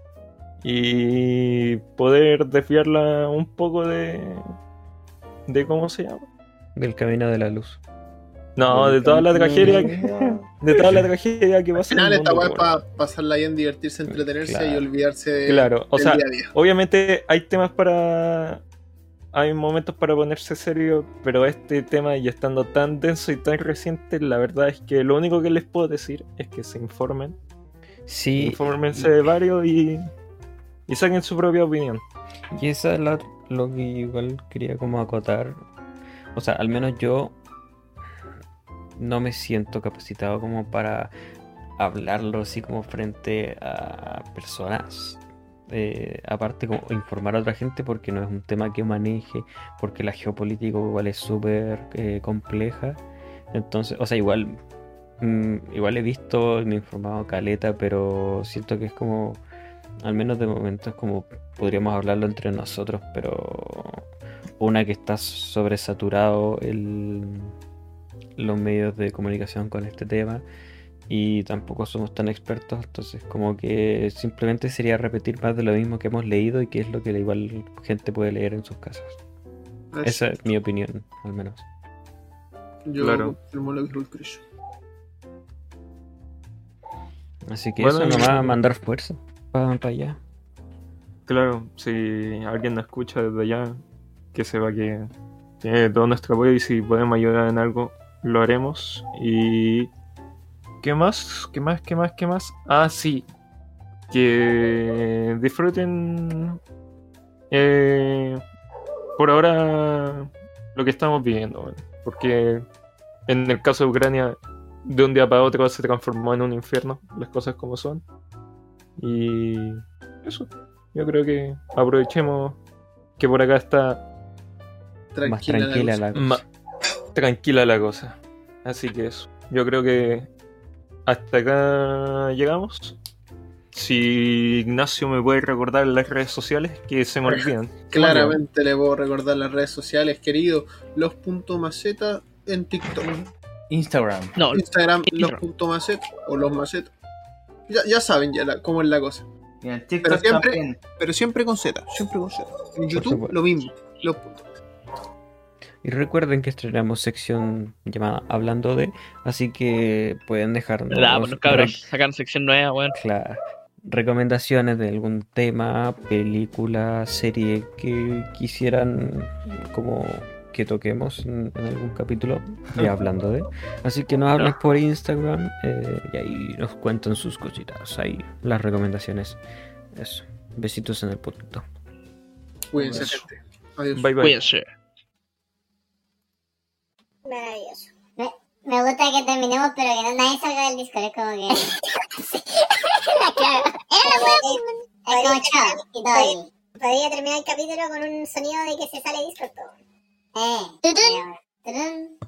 y poder desviarla un poco de... de ¿cómo se llama? Del camino de la luz. No, de toda la tragedia que, de toda la tragedia que Al pasa en final el esta mundo. weá es po, para pasarla bien, divertirse, entretenerse Claro. y olvidarse de, Claro, o del sea, día a día. obviamente hay temas para... Hay momentos para ponerse serio, pero este tema ya estando tan denso y tan reciente, la verdad es que lo único que les puedo decir es que se informen. Sí, Infórmense de varios y, y saquen su propia opinión. y eso es lo, lo que igual quería como acotar. O sea, al menos yo no me siento capacitado como para hablarlo así como frente a personas. Eh, aparte como informar a otra gente porque no es un tema que maneje, porque la geopolítica igual es súper eh, compleja. Entonces, o sea, igual mm, igual he visto y me he informado caleta, pero siento que es como, al menos de momento es como podríamos hablarlo entre nosotros, pero una que está sobresaturado el, los medios de comunicación con este tema y tampoco somos tan expertos, entonces como que simplemente sería repetir más de lo mismo que hemos leído y que es lo que igual gente puede leer en sus casas. Esa es mi opinión, al menos. Yo Claro. confirmo lo que dijo el Cris. Así que Bueno, eso, y- nomás mandar fuerza para allá. Claro, si alguien nos escucha desde allá, que sepa que tiene todo nuestro apoyo y si podemos ayudar en algo, lo haremos. Y... ¿qué más? ¿Qué más? ¿Qué más? ¿Qué más? Ah, sí. Que disfruten... Eh, por ahora lo que estamos viviendo, weón. Porque en el caso de Ucrania, de un día para otro se transformó en un infierno, las cosas como son. Y eso, yo creo que aprovechemos que por acá está Tranquila, Más tranquila la la ma- cosa. tranquila la cosa. Así que eso, yo creo que hasta acá llegamos. Si Ignacio me puede recordar las redes sociales, que se me olvidan. Claramente le puedo recordar las redes sociales, querido. Los.maceta en TikTok. Instagram. No, Instagram, Instagram. los.maceta o los maceta. Ya, ya saben ya la- cómo es la cosa. Y en Pero TikTok siempre, también. pero siempre con Z, siempre con Z. En YouTube supuesto. lo mismo, los puntos. Y recuerden que estrenamos sección llamada Hablando de, así que pueden dejarnos da, pues los cabros re- sacan sección nueva, weón. claro, recomendaciones de algún tema, película, serie que quisieran como que toquemos en, en algún capítulo de Hablando de. Así que nos hablen por Instagram eh, y ahí nos cuentan sus cositas. Ahí las recomendaciones. Eso. Besitos en el potito. Cuídense, Eso. gente. Adiós. Bye bye. Cuídense. Maravilloso. Me, me gusta que terminemos, pero que no, nadie salga del Discord. Es como que. La cago. Es como chao y todo bien. Podría terminar el capítulo con un sonido de que se sale Discord todo. Eh. Tutun. Tutun.